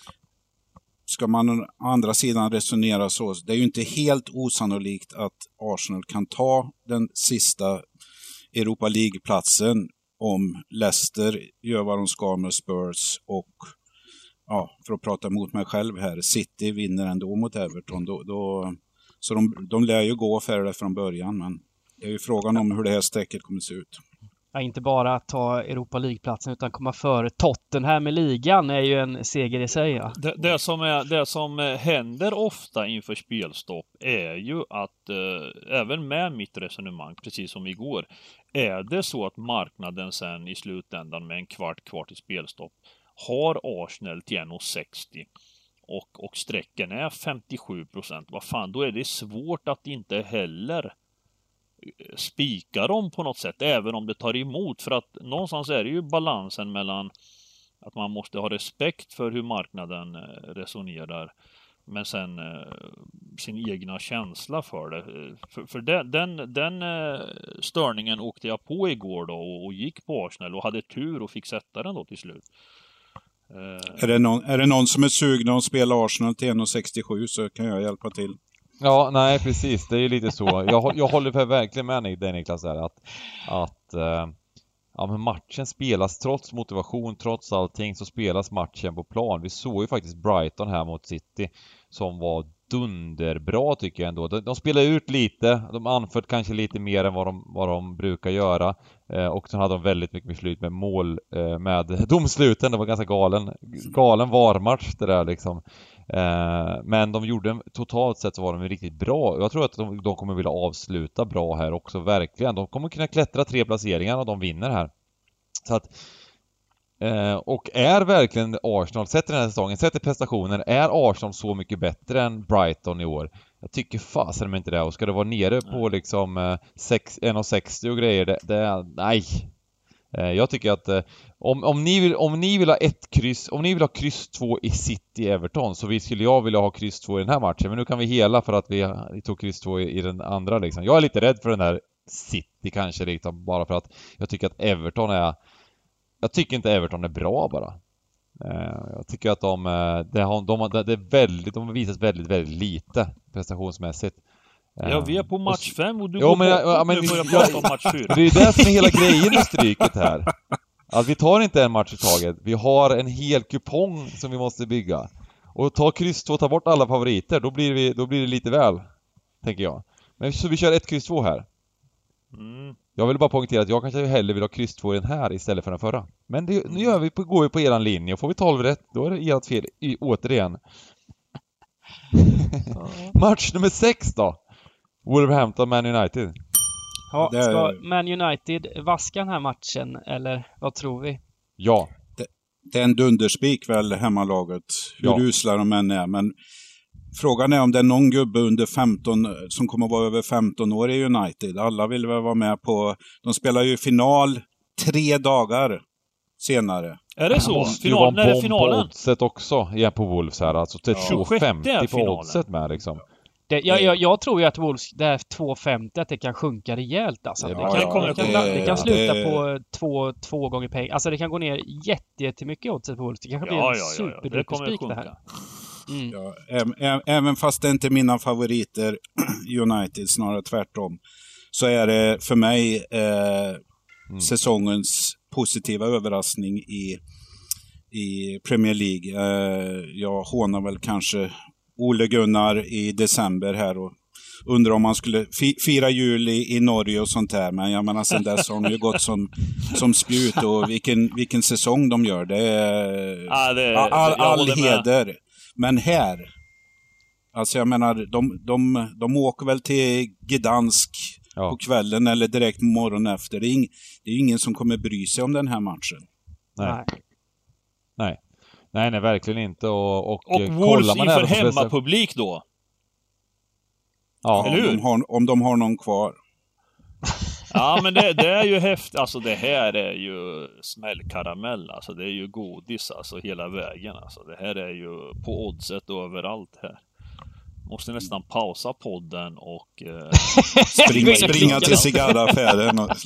ska man å andra sidan resonera så, det är ju inte helt osannolikt att Arsenal kan ta den sista Europa League-platsen om Leicester gör vad de ska med Spurs och, ja, för att prata mot mig själv här, City vinner ändå mot Everton. Då, då, så de, de lär ju gå för det från början, men det är ju frågan om hur det här strecket kommer se ut. Ja, inte bara att ta Europa League-platsen utan komma före Tottenham med ligan är ju en seger i sig. Ja. Det, det, som är, det som händer ofta inför spelstopp är ju att, eh, även med mitt resonemang, precis som igår, är det så att marknaden sen i slutändan med en kvart kvar till spelstopp har Arsenal till en sextio och, och sträcken är femtiosju procent. Vad fan, då är det svårt att inte heller spika dem på något sätt, även om det tar emot, för att någonstans är det ju balansen mellan att man måste ha respekt för hur marknaden resonerar, men sen sin egna känsla för det. För, för den, den, den störningen åkte jag på igår då och, och gick på Arsenal och hade tur och fick sätta den då till slut. Är det någon, är det någon som är sugen att spela Arsenal till en sextiosju så kan jag hjälpa till. Ja, nej precis, det är ju lite så. Jag, jag håller för verkligen med dig, Niklas, där, att, att äh, ja, men matchen spelas trots motivation, trots allting, så spelas matchen på plan. Vi såg ju faktiskt Brighton här mot City som var dunderbra, tycker jag ändå. De, de spelar ut lite, de anfört kanske lite mer än vad de, vad de brukar göra, eh, och så hade de väldigt mycket beslut med mål, eh, med domsluten. Det var ganska galen galen varmatch det där liksom. Eh, men de gjorde, totalt sett så var de riktigt bra. Jag tror att de, de kommer vilja avsluta bra här också, verkligen. De kommer kunna klättra tre placeringar och de vinner här. Så att eh, och är verkligen Arsenal, sett den här säsongen, sett i prestationer, är Arsenal så mycket bättre än Brighton i år? Jag tycker fasen men inte det. Och ska det vara nere på liksom eh, en sextio och grejer, det, det nej. Jag tycker att eh, om, om, ni vill, om ni vill ha ett kryss, om ni vill ha kryss två i City Everton, så vi skulle jag vilja ha kryss två i den här matchen, men nu kan vi hela för att vi, vi tog kryss två i, i den andra liksom. Jag är lite rädd för den här City kanske liksom, bara för att jag tycker att Everton är jag tycker inte Everton är bra bara. Eh, jag tycker att de det har de, de, det är väldigt de har visat väldigt väldigt lite prestationsmässigt. Ja, vi är på match fem och du jo, går men, bort ja, och men, nu börjar jag, prata om match fyra. Det är det som är hela grejen med stryket här. Att vi tar inte en match i taget. Vi har en hel kupong som vi måste bygga. Och ta kryss två, ta bort alla favoriter, då blir, vi, då blir det lite väl, tänker jag. Men så vi kör ett kryss två här. Mm. Jag vill bara poängtera att jag kanske hellre vill ha kryss två i den här istället för den förra. Men det, nu gör vi på, går vi på eran linje och får vi tolv rätt, då är det ert fel i, återigen. Match nummer sex då. Wolverhampton Man United. Ja, ska Man United vaska den här matchen, eller vad tror vi? Ja. Det, det är en dunderspik väl, hemmalaget. Hur ja. usla de än är. Men frågan är om det är någon gubbe under femton som kommer att vara över femton år i United. Alla vill väl vara med på... De spelar ju final tre dagar senare. Är det så? Det måste Final, ju vara när är finalen? På oddset också, igen på Wolves här. Alltså till ja. två femtio på oddset med liksom. Det, jag, jag, jag tror ju att Wolves, det är två femtio, att det kan sjunka rejält alltså. Det, ja, kan, ja, det, kan, det, det kan sluta det, på två, två gånger pengar. Alltså det kan gå ner jätte, jättemycket oddset på Wolves. Det kanske blir ja, en ja, ja, superduperspik det, det här. Mm. Ja, äm, även fast det inte är mina favoriter United, snarare tvärtom, så är det för mig eh, mm. säsongens positiva överraskning i, i Premier League. Eh, jag hånar väl kanske Ole Gunnar i december här och undrar om man skulle fi- fira jul i, i Norge och sånt här. Men jag menar, sen dess har de ju gått som, som spjut och vilken, vilken säsong de gör. Det är ja, det, all, all, all heder. med. Men här, alltså jag menar, de, de, de åker väl till Gdansk ja. på kvällen eller direkt morgon efter. Det är, ing, det är ingen som kommer bry sig om den här matchen. Nej. Nej. Nej, nej, verkligen inte. Och, och, och Wolves inför hemmapublik då? Ja, om de, har, om de har någon kvar. Ja, men det, det är ju häftigt. Alltså det här är ju smällkaramell. Alltså det är ju godis alltså hela vägen. Alltså det här är ju på oddset överallt här. Måste nästan pausa podden och eh, springa, springa till cigarraffären och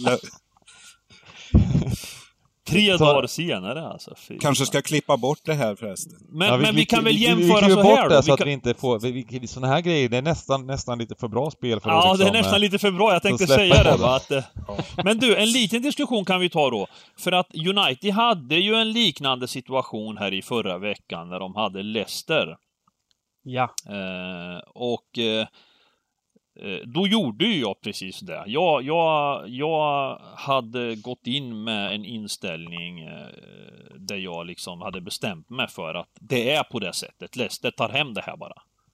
Tre dagar senare alltså. Fy. Kanske ska klippa bort det här förresten. Men, ja, vi, men vi, vi kan vi, väl jämföra vi, vi så här bort det då. Så vi att kan... vi inte får, vi, vi, såna här grejer, det är nästan, nästan lite för bra spel för ja, att Ja, liksom, det är nästan lite för bra. Jag tänkte säga det. Va? Att, ja. Men du, en liten diskussion kan vi ta då. För att United hade ju en liknande situation här i förra veckan när de hade Leicester. Ja. Eh, och... Eh, Då gjorde ju jag precis det. Jag, jag, jag hade gått in med en inställning där jag liksom hade bestämt mig för att det är på det sättet. Leicester tar hem det här bara.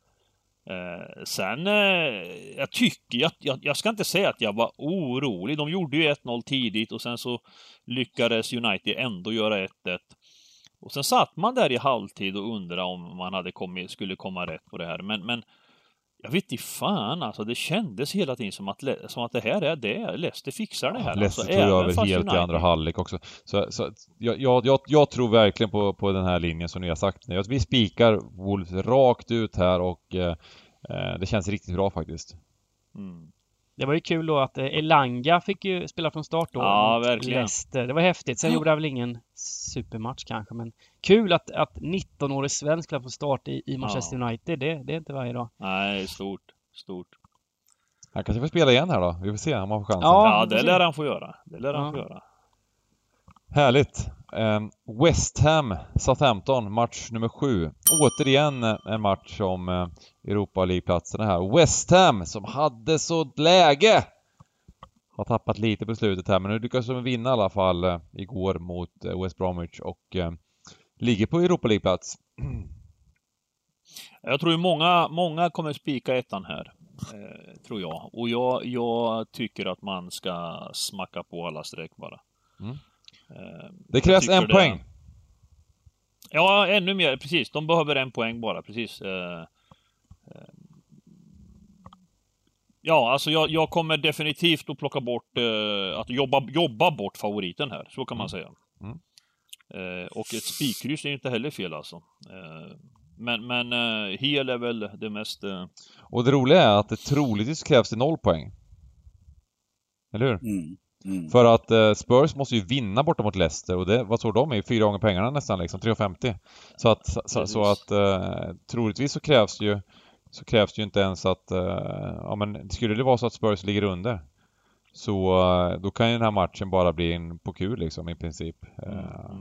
Sen, jag tycker, jag, jag, jag ska inte säga att jag var orolig. De gjorde ju ett noll tidigt och sen så lyckades United ändå göra ett ett. Och sen satt man där i halvtid och undrade om man hade kommit, skulle komma rätt på det här. Men, men jag vet inte fan, alltså det kändes hela tiden som att, som att det här är det. Leicester fixar det här. Ja, Leicester alltså, tog över helt United. i andra halvlek också. Så, så jag, jag, jag, jag tror verkligen på, på den här linjen som ni har sagt. Vi spikar Wolves rakt ut här och eh, det känns riktigt bra faktiskt. Mm. Det var ju kul då att Elanga fick ju spela från start då. Ja, verkligen. Leicester. Det var häftigt. Sen gjorde han väl ingen supermatch kanske, men kul att, att nitton-årig svensk spelar från start i, i Manchester ja. United. Det, det är inte varje dag. Nej, stort. Stort. Han kanske får spela igen här då. Vi får se om han får chansen. Ja, ja det lär han få göra. Det lär ja. han få göra. Härligt. West Ham Southampton, match nummer sju. Återigen en match om Europa League-platserna här. West Ham som hade så läge har tappat lite på slutet här, men nu lyckas de vinna i alla fall igår mot West Bromwich och ligger på Europa League-plats. Jag tror ju många, många kommer spika ettan här, eh, tror jag. Och jag, jag tycker att man ska smacka på alla streck bara. Mm. Det krävs en det... poäng. Ja, ännu mer, precis. De behöver en poäng bara, precis. Eh, eh. Ja, alltså jag, jag kommer definitivt att plocka bort, eh, att jobba, jobba bort favoriten här, så kan man säga. Mm. Eh, och ett spikkryss är inte heller fel alltså. Eh, men men eh, hel är väl det mest... Eh... Och det roliga är att det troligtvis krävs det noll poäng. Eller hur? Mm. Mm. För att eh, Spurs måste ju vinna borta mot Leicester och det, vad tror de är? Fyra gånger pengarna nästan liksom, tre femtio. Så att, så, så att eh, troligtvis så krävs ju så krävs det ju inte ens att eh, ja men skulle det vara så att Spurs ligger under så eh, då kan ju den här matchen bara bli en på kul liksom i princip. Mm.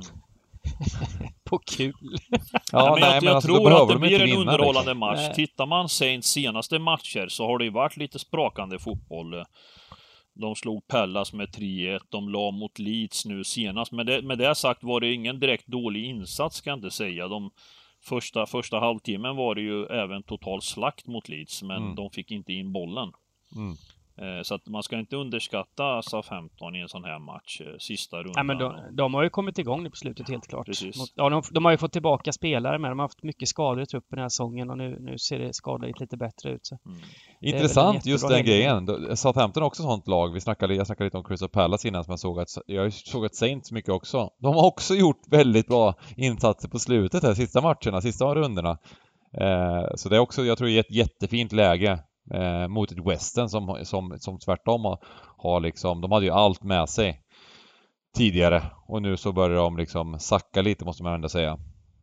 På kul. Ja, ja, men jag, nej, men jag alltså, tror att det blir en vinna, underhållande liksom. match. Nej. Tittar man Saints senaste matcher så har det ju varit lite sprakande fotboll. De slog Pallas med tre ett, de la mot Leeds nu senast. Men det, med det sagt var det ingen direkt dålig insats, kan jag inte säga. De första, första halvtimmen var det ju även total slakt mot Leeds, men mm. de fick inte in bollen. Mm. Eh, så att man ska inte underskatta Southampton i en sån här match, eh, sista rundan. Ja, men de, de har ju kommit igång nu på slutet helt klart. Precis. Ja, de, de har ju fått tillbaka spelare med. De har haft mycket skador i truppen den här säsongen och nu, nu ser det skadligt lite bättre ut. Så. Mm. Intressant just den grejen. Southampton är också ett sånt lag. Vi snackade, jag snackade lite om Crystal Palace innan som jag såg att jag såg att Saints mycket också. De har också gjort väldigt bra insatser på slutet här, sista matcherna, sista rundorna. Eh, så det är också, jag tror, ett jättefint läge eh, mot ett Western som, som, som tvärtom har, har liksom, de hade ju allt med sig tidigare och nu så börjar de liksom sacka lite, måste man ändå säga.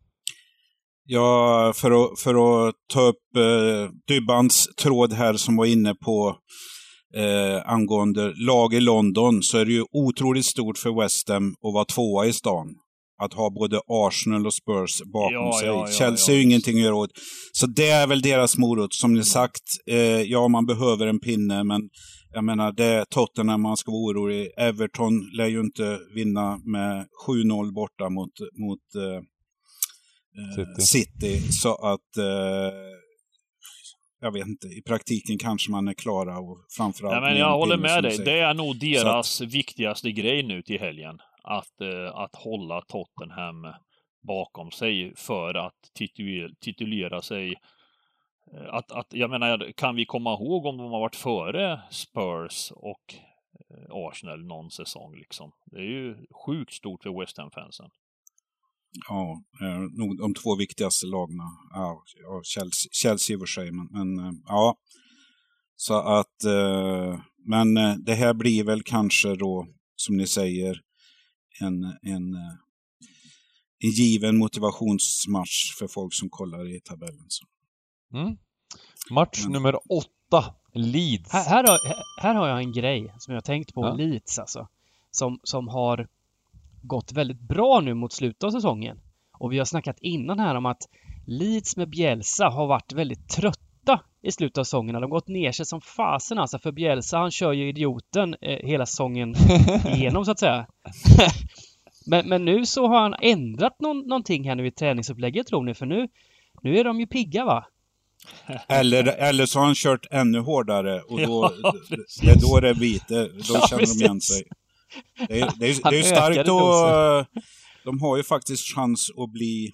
Ja, för att, för att ta upp eh, Dybbans tråd här som var inne på eh, angående lag i London, så är det ju otroligt stort för West Ham att vara tvåa i stan. att ha både Arsenal och Spurs bakom Ja, sig. ja, ja, Chelsea ja, är ju visst. ingenting att göra åt. Så det är väl deras morot. Som ni sagt, eh, ja man behöver en pinne, men jag menar det är Tottenham man ska vara orolig. Everton lär ju inte vinna med sju noll borta mot, mot eh, City. City. Så att eh, jag vet inte, i praktiken kanske man är klara och framförallt... Ja, men med jag en håller pinne, med som dig. du säger. Det är nog deras viktigaste grej nu till helgen. Att, eh, att hålla Tottenham bakom sig för att titulera, titulera sig. Eh, Att, att, jag menar, kan vi komma ihåg om de har varit före Spurs och eh, Arsenal någon säsong liksom? Det är ju sjukt stort för West Ham-fansen. Ja, eh, nog de två viktigaste lagna. Ja, ja, Chelsea, Chelsea i och för sig, men, men eh, ja. Så att, eh, men eh, det här blir väl kanske då, som ni säger, en, en, eh, en given motivationsmatch för folk som kollar i tabellen. Så. Mm. Match Men- nummer åtta. Leeds. Här, här, har, här har jag en grej som jag har tänkt på. Ja. Leeds alltså. Som, som har gått väldigt bra nu mot slutet av säsongen. Och vi har snackat innan här om att Leeds med Bielsa har varit väldigt trötta i slutet av säsongen. De har gått ner sig som fasen alltså. För Bielsa han kör ju idioten eh, hela säsongen igenom så att säga. men, men nu så har han ändrat någon, någonting här nu i träningsupplägget tror ni. För nu, nu är de ju pigga va? Eller, eller så har han kört ännu hårdare och då, Ja, det, precis. det är då det biter. Då Ja, känner de igen precis. sig. Det är, det är, Han det är ju starkt ökade och de har ju faktiskt chans att bli,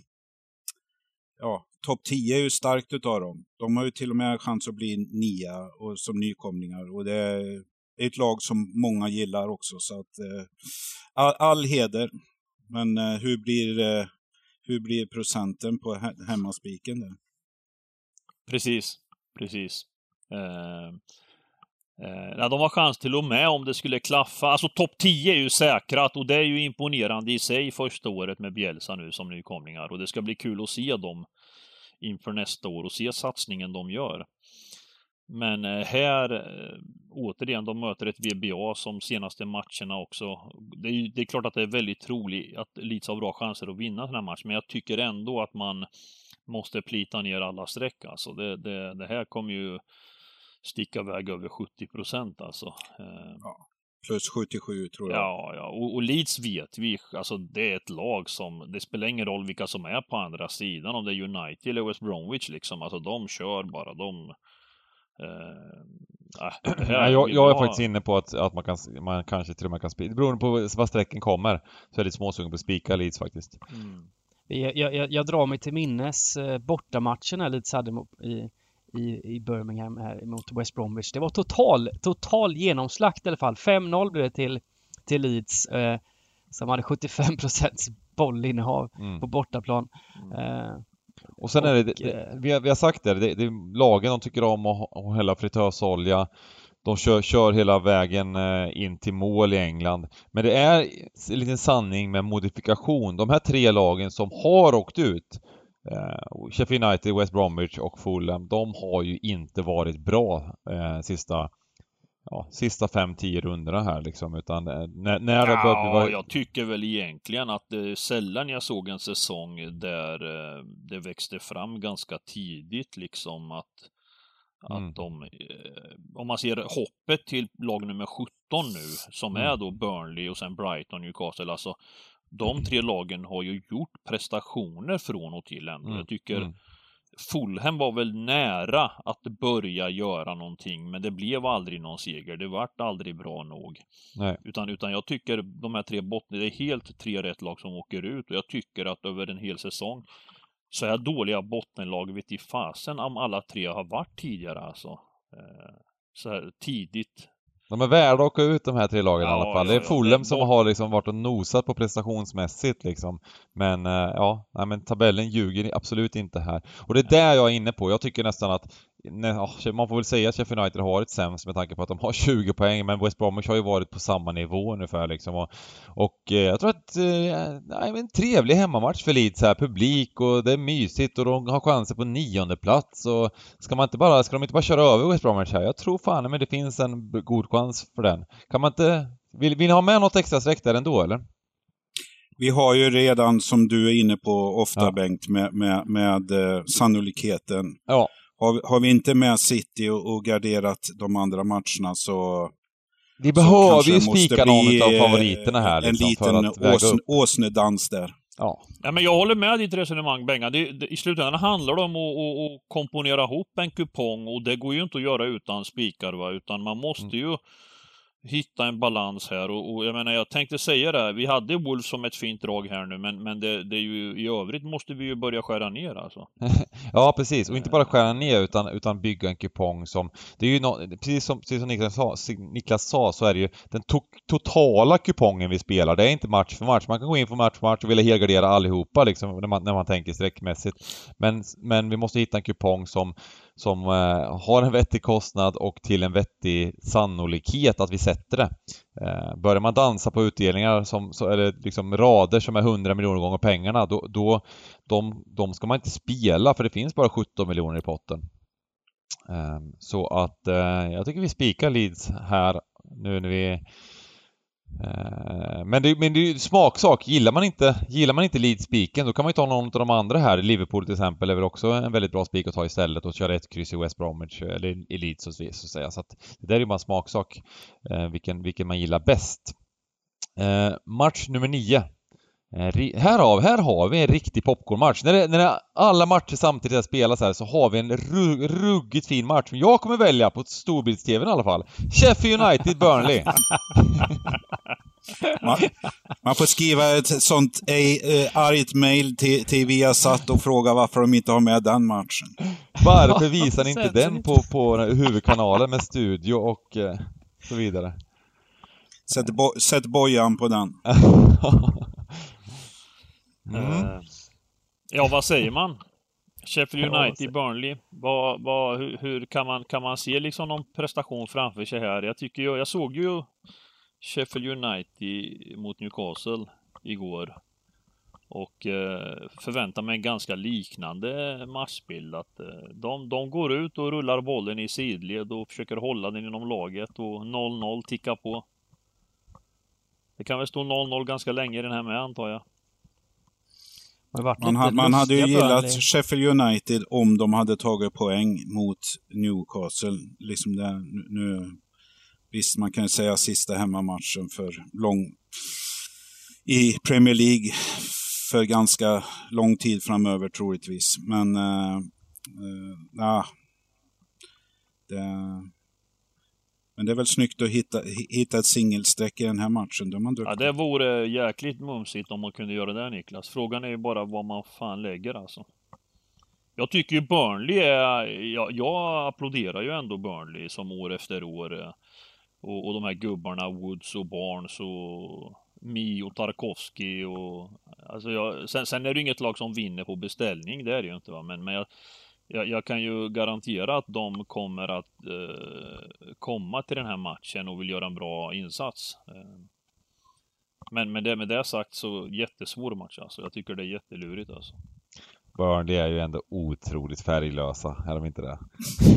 ja, topp tio är ju starkt utav dem. De har ju till och med chans att bli nia och som nykomlingar och det är ett lag som många gillar också, så att eh, all, all heder. Men eh, hur blir eh, hur blir procenten på he- hemmaspiken där? Precis, precis. Eh, eh, ja, de har chans till och med om det skulle klaffa. Alltså topp tio är ju säkrat och det är ju imponerande i sig första året med Bielsa nu som nykomlingar. Och det ska bli kul att se dem inför nästa år och se satsningen de gör. Men eh, här, eh, återigen, de möter ett V B A som senaste matcherna också. Det är, ju, det är klart att det är väldigt troligt att Leeds har bra chanser att vinna den här matchen, men jag tycker ändå att man måste plita ner alla streck. Alltså. Det, det, det här kommer ju sticka iväg över sjuttio procent alltså. Eh, Plus sjuttiosju tror jag. Ja, ja. Och, och Leeds vet vi, alltså det är ett lag som, det spelar ingen roll vilka som är på andra sidan, om det är United eller West Bromwich liksom, alltså de kör bara, de eh, äh, det här Nej, jag, vill jag är ha- faktiskt inne på att, att man, kan, man kanske till och med kan spika. Beroende på vad sträcken kommer så är det småsugen på att spika Leeds faktiskt. Mm. Jag, jag, jag drar mig till minnes eh, bortamatchen här Leeds hade mot, i, i, i Birmingham här mot West Bromwich. Det var total, total genomslakt i alla fall. fem noll blev det till, till Leeds eh, som hade sjuttiofem procent bollinnehav Mm. på bortaplan. Eh, Och sen är det, Och, det vi, har, vi har sagt det, det, det är lagen de tycker om att, ha- att hälla fritösolja. De kör, kör hela vägen eh, in till mål i England. Men det är en liten sanning med modifikation. De här tre lagen som har åkt ut, eh, Sheffield United, West Bromwich och Fulham, de har ju inte varit bra eh, sista, ja, sista fem tio rundorna här liksom. Utan eh, när, när det börjar Ja, vara... jag tycker väl egentligen att det är sällan jag såg en säsong där eh, det växte fram ganska tidigt liksom att Mm. att de, eh, om man ser hoppet till lag nummer sjutton nu, som Mm. är då Burnley och sen Brighton, Newcastle, alltså de tre lagen har ju gjort prestationer från och till ändå. Mm. Jag tycker Mm. Fulham var väl nära att börja göra någonting, men det blev aldrig någon seger. Det vart aldrig bra nog. Nej. Utan, utan jag tycker de här tre botten, det är helt tre rätt lag som åker ut, och jag tycker att över en hel säsong så här dåliga bottenlag vet i fasen om alla tre har varit tidigare alltså. Eh, så här tidigt. De är värda att åka ut de här tre lagen Ja, i alla fall. ja, Det är ja. Fulham Det- som bort- har liksom varit och nosat på prestationsmässigt liksom. Men eh, ja, nej, men tabellen ljuger absolut inte här. Och det är där jag är inne på. Jag tycker nästan att nej, ja, man får väl säga att Sheffield United har varit sämst med tanke på att de har tjugo poäng, men West Bromwich har ju varit på samma nivå ungefär liksom. Och, och eh, jag tror att eh, nej, men en trevlig hemmamatch för Leeds här, publik och det är mysigt och de har chanser på nionde plats och ska man inte bara, ska de inte bara köra över West Bromwich här? Jag tror fan men det finns en b- god chans för den. Kan man inte, vill, vill ni ha med något extra streck där ändå eller? Vi har ju redan, som du är inne på ofta, ja. Bengt, med, med, med eh, sannolikheten. Ja. Har, har vi inte med City och, och garderat de andra matcherna så... Vi behöver ju måste spika bli, någon av favoriterna här. En liksom, liten för att väga ås, upp. åsnedans där. Ja. Ja, men jag håller med ditt resonemang, Benga. Det, det, I slutändan handlar det om att, att, att komponera ihop en kupong, och det går ju inte att göra utan spikar, va? Utan man måste ju hitta en balans här. Och, och jag menar, jag tänkte säga det, vi hade Wolves som ett fint drag här nu, men, men det, det är ju, i övrigt måste vi ju börja skära ner alltså. Ja, precis. Och inte bara skära ner utan, utan bygga en kupong som... Det är ju no, precis som, precis som Niklas, sa, Niklas sa så är det ju den to, totala kupongen vi spelar. Det är inte match för match. Man kan gå in för match för match och vilja helgardera allihopa liksom, när, man, när man tänker sträckmässigt. Men, men vi måste hitta en kupong som, som eh, har en vettig kostnad och till en vettig sannolikhet att vi sätter det. Eh, börjar man dansa på utdelningar som, så är det liksom rader som är hundra miljoner gånger pengarna, då, då de, de ska man inte spela för det finns bara sjutton miljoner i potten. Eh, så att eh, jag tycker vi spikar Leeds här nu när vi eh, men, det, men det är ju smaksak. Gillar man inte, gillar man inte Leeds-spiken, då kan man ju ta någon av de andra här. Liverpool till exempel är väl också en väldigt bra spik att ta istället och köra ett kryss i West Bromwich eller i Leeds så, så att säga. Så att det där är ju bara en smaksak eh, vilken, vilken man gillar bäst. Eh, match nummer nio. Eh, här, har, här har vi en riktig popcornmatch. När, det, när det, alla matcher samtidigt spelas här så har vi en rugg, ruggigt fin match. Jag kommer välja på storbilds-tv i alla fall. Sheffield United Burnley. Man, man får skriva ett sånt äh, argt mail till, till Viasat och fråga varför de inte har med den matchen. Varför visar ni inte den på, på huvudkanalen med studio och eh, så vidare? Sätt, bo, sätt bojan på den. Mm. Uh, ja, vad säger man? Sheffield United, Burnley. Vad, vad, hur hur kan, man, kan man se liksom någon prestation framför sig här? Jag tycker ju, jag såg ju Sheffield United mot Newcastle igår. Och eh, förväntar mig en ganska liknande matchbild. Att, eh, de, de går ut och rullar bollen i sidled och försöker hålla den inom laget. Och noll noll tickar på. Det kan väl stå noll noll ganska länge i den här med, antar jag. Man, ha, man hade ju gillat började. Sheffield United om de hade tagit poäng mot Newcastle. Liksom det, nu, visst, man kan ju säga sista hemmamatchen för lång i Premier League för ganska lång tid framöver troligtvis. Men äh, äh, äh, det, men det är väl snyggt att hitta, hitta ett singelsträck i den här matchen. Då man ja, det vore jäkligt mumsigt om man kunde göra det, Niklas. Frågan är ju bara vad man fan lägger alltså. Jag tycker ju Burnley är... Jag, jag applåderar ju ändå Burnley som år efter år. Och, och de här gubbarna, Woods och Barnes och Mi och Tarkovsky och... Alltså jag, sen, sen är det ju inget lag som vinner på beställning, det är det ju inte, va? Men, men jag... Jag, jag kan ju garantera att de kommer att eh, komma till den här matchen och vill göra en bra insats. Eh, men med det, med det sagt så jättesvår match alltså. Jag tycker det är jättelurigt alltså. Burnley är ju ändå otroligt färglösa, är de inte det?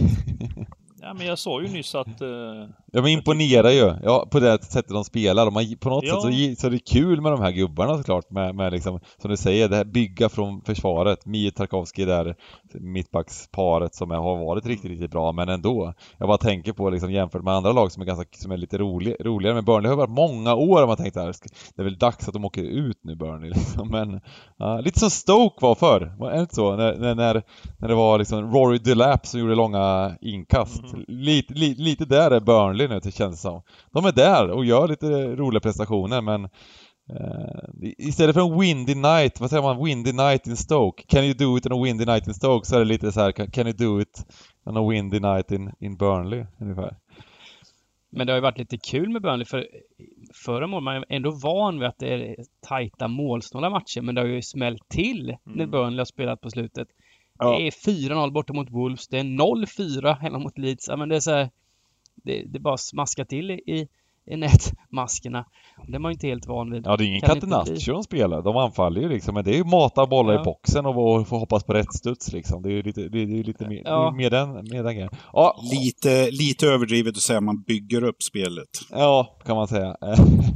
Ja, men jag sa ju nyss att... Eh, ja, men imponerar ju. Ja, på det sättet de spelar. De har, på något ja. sätt så, så är det kul med de här gubbarna såklart. Med, med liksom, som du säger, det här bygga från försvaret. Mie Tarkovsky där, mittbacksparet som är, har varit riktigt, riktigt bra. Men ändå, jag bara tänker på liksom, jämfört med andra lag som är, ganska, som är lite rolig, roligare. Men Burnley har varit många år och man tänkte att det är väl dags att de åker ut nu, Burnley. Liksom. Men ja, lite som Stoke var förr. Var det inte så? När, när, när, när det var liksom Rory Delap som gjorde långa inkast. Mm. Lite, lite, lite där är Burnley nu, det känns som. De är där och gör lite roliga prestationer, men eh, istället för en windy night, vad säger man, windy night in Stoke, can you do it on a windy night in Stoke, så är det lite så här, can you do it on a windy night in, in Burnley ungefär. Men det har ju varit lite kul med Burnley, för förra målet man är ändå van vid att det är tajta målsnåla matcher, men det har ju smällt till mm. när Burnley har spelat på slutet. Ja. Det är fyra noll borta mot Wolves, det är noll fyra hemma mot Leeds. Ja, men det är så här, det, det bara smaskar till i, i nätmaskerna. Det är man ju inte helt van vid. Ja, det är ingen Catenaccio de spelar. De anfaller ju liksom, men det är ju mata bollar ja. i boxen och få hoppas på rätt studs liksom. Det är ju lite, det är lite mer, ja. mer den, mer den grejen. Ja. Lite, lite överdrivet att säga att man bygger upp spelet. Ja, kan man säga.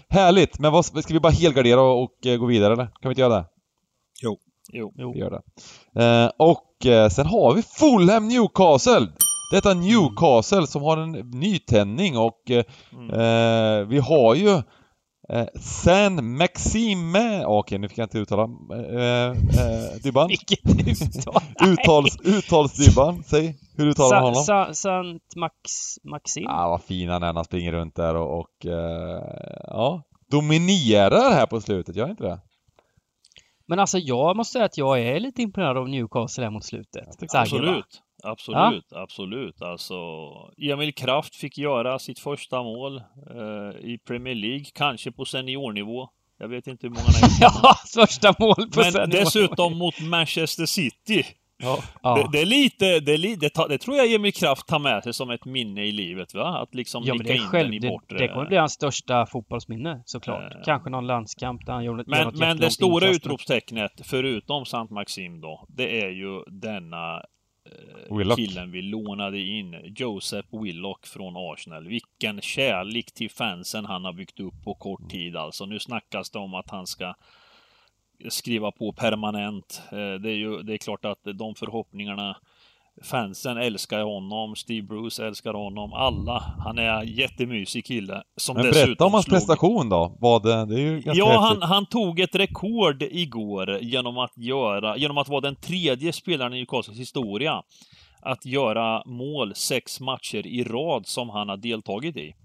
Härligt, men vad, ska vi bara helgardera och, och eh, gå vidare eller? Kan vi inte göra det? Jo. Jo. Vi gör det. Eh, och eh, sen har vi Fulham Newcastle. Detta Newcastle mm. som har en nytändning och eh, mm. eh, vi har ju eh, Saint Maxime. Okej, okay, nu fick jag inte uttala eh, eh, Dybban. Vilket uttal? Uttals, uttals Dybban. Säg, hur uttalar Sa, man honom? Sa, Saint Max, Maxim. Ah, vad fin han är när han springer runt där och, och eh, ja, dominerar här på slutet, gör inte det? Men alltså jag måste säga att jag är lite imponerad av Newcastle här mot slutet. Absolut, absolut, ja? absolut. Alltså, Emil Kraft fick göra sitt första mål eh, i Premier League, kanske på seniornivå. Jag vet inte hur många han är. Ja, första mål på Men seniornivå. dessutom mot Manchester City. Ja. Det, det är lite, det, är li, det, tar, det tror jag Emil Kraft tar med sig som ett minne i livet, va? Att liksom ja, nicka in själv, den i bortre. Det, det kommer bli hans största fotbollsminne, såklart. Äh. Kanske någon landskamp där han gjorde, men, något men det stora inkast. Utropstecknet, förutom Saint Maxim då, det är ju denna eh, killen vi lånade in, Joseph Willock från Arsenal. Vilken kärlek till fansen han har byggt upp på kort tid. Alltså nu snackas det om att han ska skriva på permanent. Det är ju det är klart att de förhoppningarna, fansen älskar honom, Steve Bruce älskar honom, alla. Han är en jättemysig kille som men dessutom berätta om hans slog... prestation då. Vad det, det är ju ganska Ja, han, han tog ett rekord igår genom att göra genom att vara den tredje spelaren i Newcastles historia att göra mål sex matcher i rad som han har deltagit i.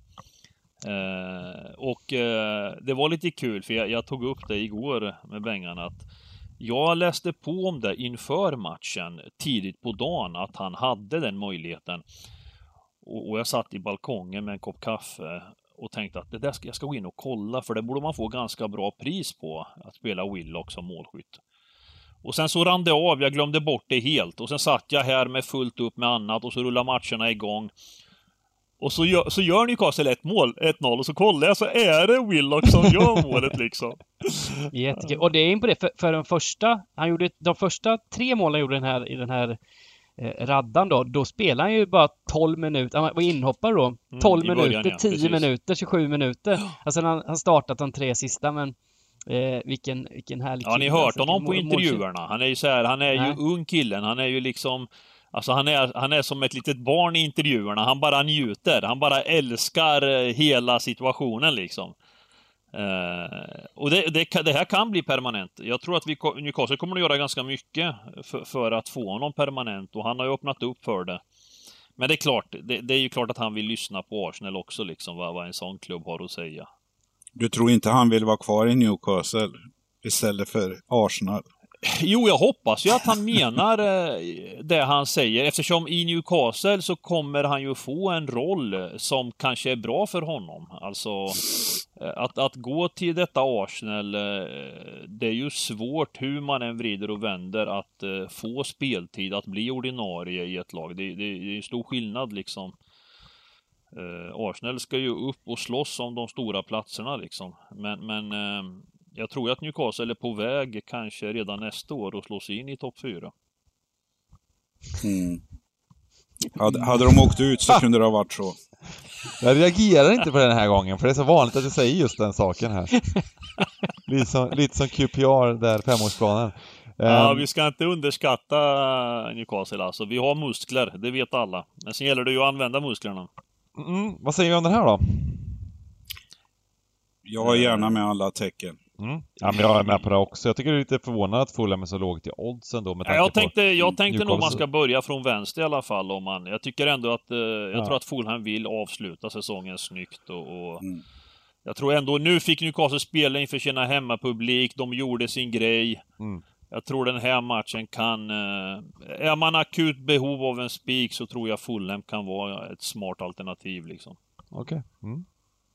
Eh, och eh, det var lite kul för jag, jag tog upp det igår med Bengan att jag läste på om det inför matchen tidigt på dagen att han hade den möjligheten och, och jag satt i balkongen med en kopp kaffe och tänkte att det där ska, jag ska gå in och kolla för det borde man få ganska bra pris på att spela Willock som målskytt. Och sen så rann det av, jag glömde bort det helt och sen satt jag här med fullt upp med annat och så rullar matcherna igång. Och så gör, så gör Newcastle ett mål, ett noll och så kollar jag så är det Willock som gör målet liksom. Jättekul. Och det är in på det för, för den första, han gjorde de första tre målen gjorde den här i den här eh, raddan då. Då spelar han ju bara tolv minuter, han var inhoppare då. tolv mm, minuter, början, ja. tio Precis. Minuter, tjugosju minuter. Alltså han har startat de tre sista men eh, vilken vilken härlig kille. Ja, ni har hört alltså, honom på intervjuerna. Han är ju så här, han är Nej. ju ung killen, han är ju liksom Alltså han är, han är som ett litet barn i intervjuerna. Han bara njuter. Han bara älskar hela situationen liksom. Uh, och det, det, det här kan bli permanent. Jag tror att vi, Newcastle kommer att göra ganska mycket för, för att få honom permanent. Och han har ju öppnat upp för det. Men det är klart, det, det är ju klart att han vill lyssna på Arsenal också liksom. Vad, vad en sån klubb har att säga. Du tror inte han vill vara kvar i Newcastle istället för Arsenal? Jo, jag hoppas ju att han menar det han säger. Eftersom i Newcastle så kommer han ju få en roll som kanske är bra för honom. Alltså, att, att gå till detta Arsenal, det är ju svårt hur man än vrider och vänder att få speltid, att bli ordinarie i ett lag. Det, det, det är en stor skillnad liksom. Arsenal ska ju upp och slåss om de stora platserna liksom. Men... men jag tror att Newcastle är på väg kanske redan nästa år och slå sig in i topp fyra. Mm. Hade, hade de åkt ut så kunde det ha varit så. Jag reagerar inte på den här gången för det är så vanligt att du säger just den saken här. Lite som, lite som Q P R där, femårsplanen. Ja, um, vi ska inte underskatta Newcastle alltså. Vi har muskler, det vet alla. Men sen gäller det ju att använda musklerna. Mm, vad säger vi om den här då? Jag är gärna med alla tecken. Mm. Ja, men jag är med på det också. Jag tycker det är lite förvånande att Fulham är så lågt i oddsen då. Med ja, jag tänkte, jag tänkte nog man ska börja från vänster i alla fall. Om man, jag tycker ändå att, eh, jag ja. tror att Fulham vill avsluta säsongen snyggt. Och, och mm. Jag tror ändå, nu fick Newcastle spela inför sina hemmapublik. De gjorde sin grej. Mm. Jag tror den här matchen kan, eh, är man akut behov av en spik så tror jag Fulham kan vara ett smart alternativ liksom. Okej. Okay. Mm.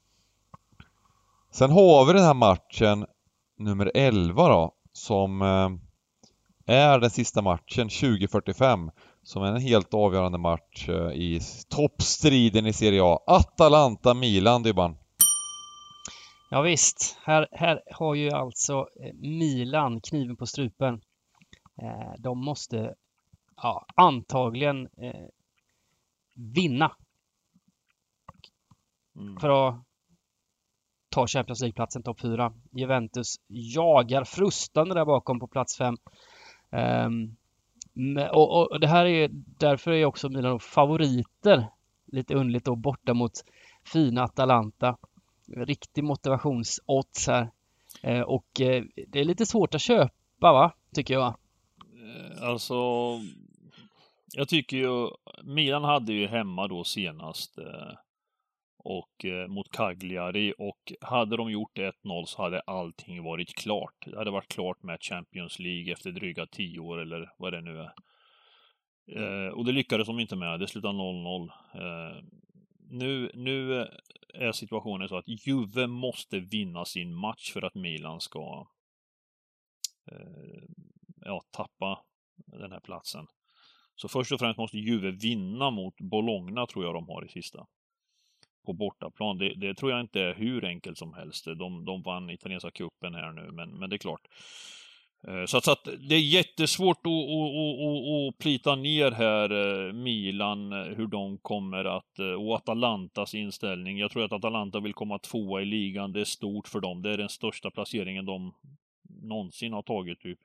Sen har vi den här matchen nummer elva då, som eh, är den sista matchen tjugo fyrtiofem, som är en helt avgörande match eh, i toppstriden i Serie A. Atalanta-Milan, Dybban. Ja visst, här, här har ju alltså Milan kniven på strupen. Eh, de måste ja, antagligen eh, vinna. Mm. För att ta Champions League-platsen topp fyra. Juventus jagar frustande där bakom på plats fem. Um, och, och det här är därför är också Milan favoriter. Lite underligt då borta mot fina Atalanta. Riktig motivationsodds här. Uh, och uh, det är lite svårt att köpa, va? Tycker jag. Alltså, jag tycker ju Milan hade ju hemma då senast eh, och eh, mot Cagliari, och hade de gjort ett noll så hade allting varit klart. Det hade varit klart med Champions League efter dryga tio år eller vad det nu är. Eh, och det lyckades de inte med. Det slutade noll noll. Eh, nu, nu är situationen så att Juve måste vinna sin match för att Milan ska eh, ja, tappa den här platsen. Så först och främst måste Juve vinna mot Bologna, tror jag de har i sista. På bortaplan. Det, det tror jag inte är hur enkelt som helst. De, de vann italienska cupen här nu, men, men det är klart. Så att, så att det är jättesvårt att, att, att, att plita ner här Milan, hur de kommer att, och Atalantas inställning. Jag tror att Atalanta vill komma tvåa i ligan. Det är stort för dem. Det är den största placeringen de någonsin har tagit typ.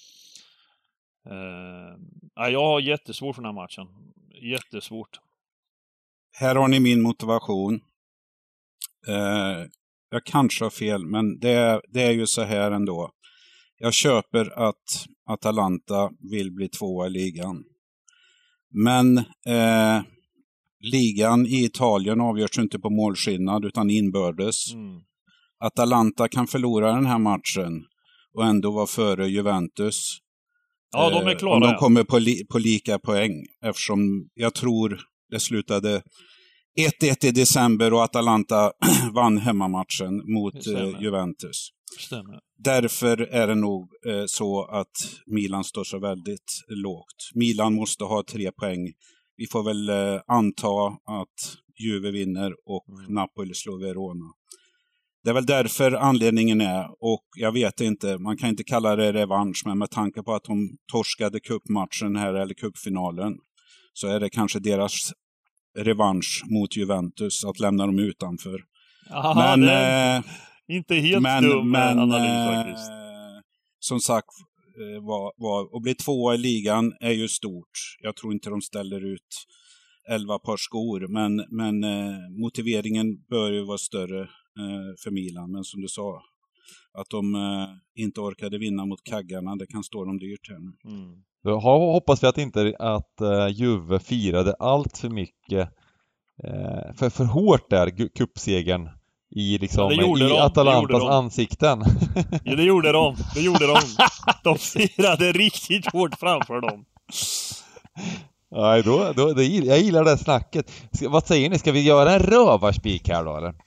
Uh, jag har jättesvårt för den här matchen. Jättesvårt. Här har ni min motivation. Uh, jag kanske har fel, men det är, det är ju så här ändå. Jag köper att Atalanta vill bli tvåa i ligan. Men uh, ligan i Italien avgörs inte på målskillnad utan inbördes. Mm. Atalanta kan förlora den här matchen och ändå vara före Juventus. Ja, de är klara. Om de kommer på, li- på lika poäng. Eftersom jag tror det slutade ett ett i december och Atalanta vann hemmamatchen mot eh, Juventus. Stämmer. Därför är det nog eh, så att Milan står så väldigt lågt. Milan måste ha tre poäng. Vi får väl eh, anta att Juve vinner och mm. Napoli slår Verona. Det är väl därför anledningen är, och jag vet inte, man kan inte kalla det revansch, men med tanke på att de torskade cupmatchen här eller cupfinalen så är det kanske deras revansch mot Juventus att lämna dem utanför. Aha, men det är eh, inte helt men, dum men, analys faktiskt. Eh, som sagt, eh, var, var, att bli tvåa i ligan är ju stort. Jag tror inte de ställer ut elva par skor, men, men eh, motiveringen bör ju vara större för Milan, men som du sa att de eh, inte orkade vinna mot kaggarna, det kan stå dem dyrt här nu. Mm. Då hoppas vi att inte att uh, Juve firade allt för mycket uh, för, för hårt där cupsegern i liksom ja, i Atalantas ansikten. Ja, det gjorde de. Det gjorde de. De firade riktigt hårt framför dem. Nej, då, då, det, jag gillar det snacket. Ska, vad säger ni? Ska vi göra en rövarspik här då, eller?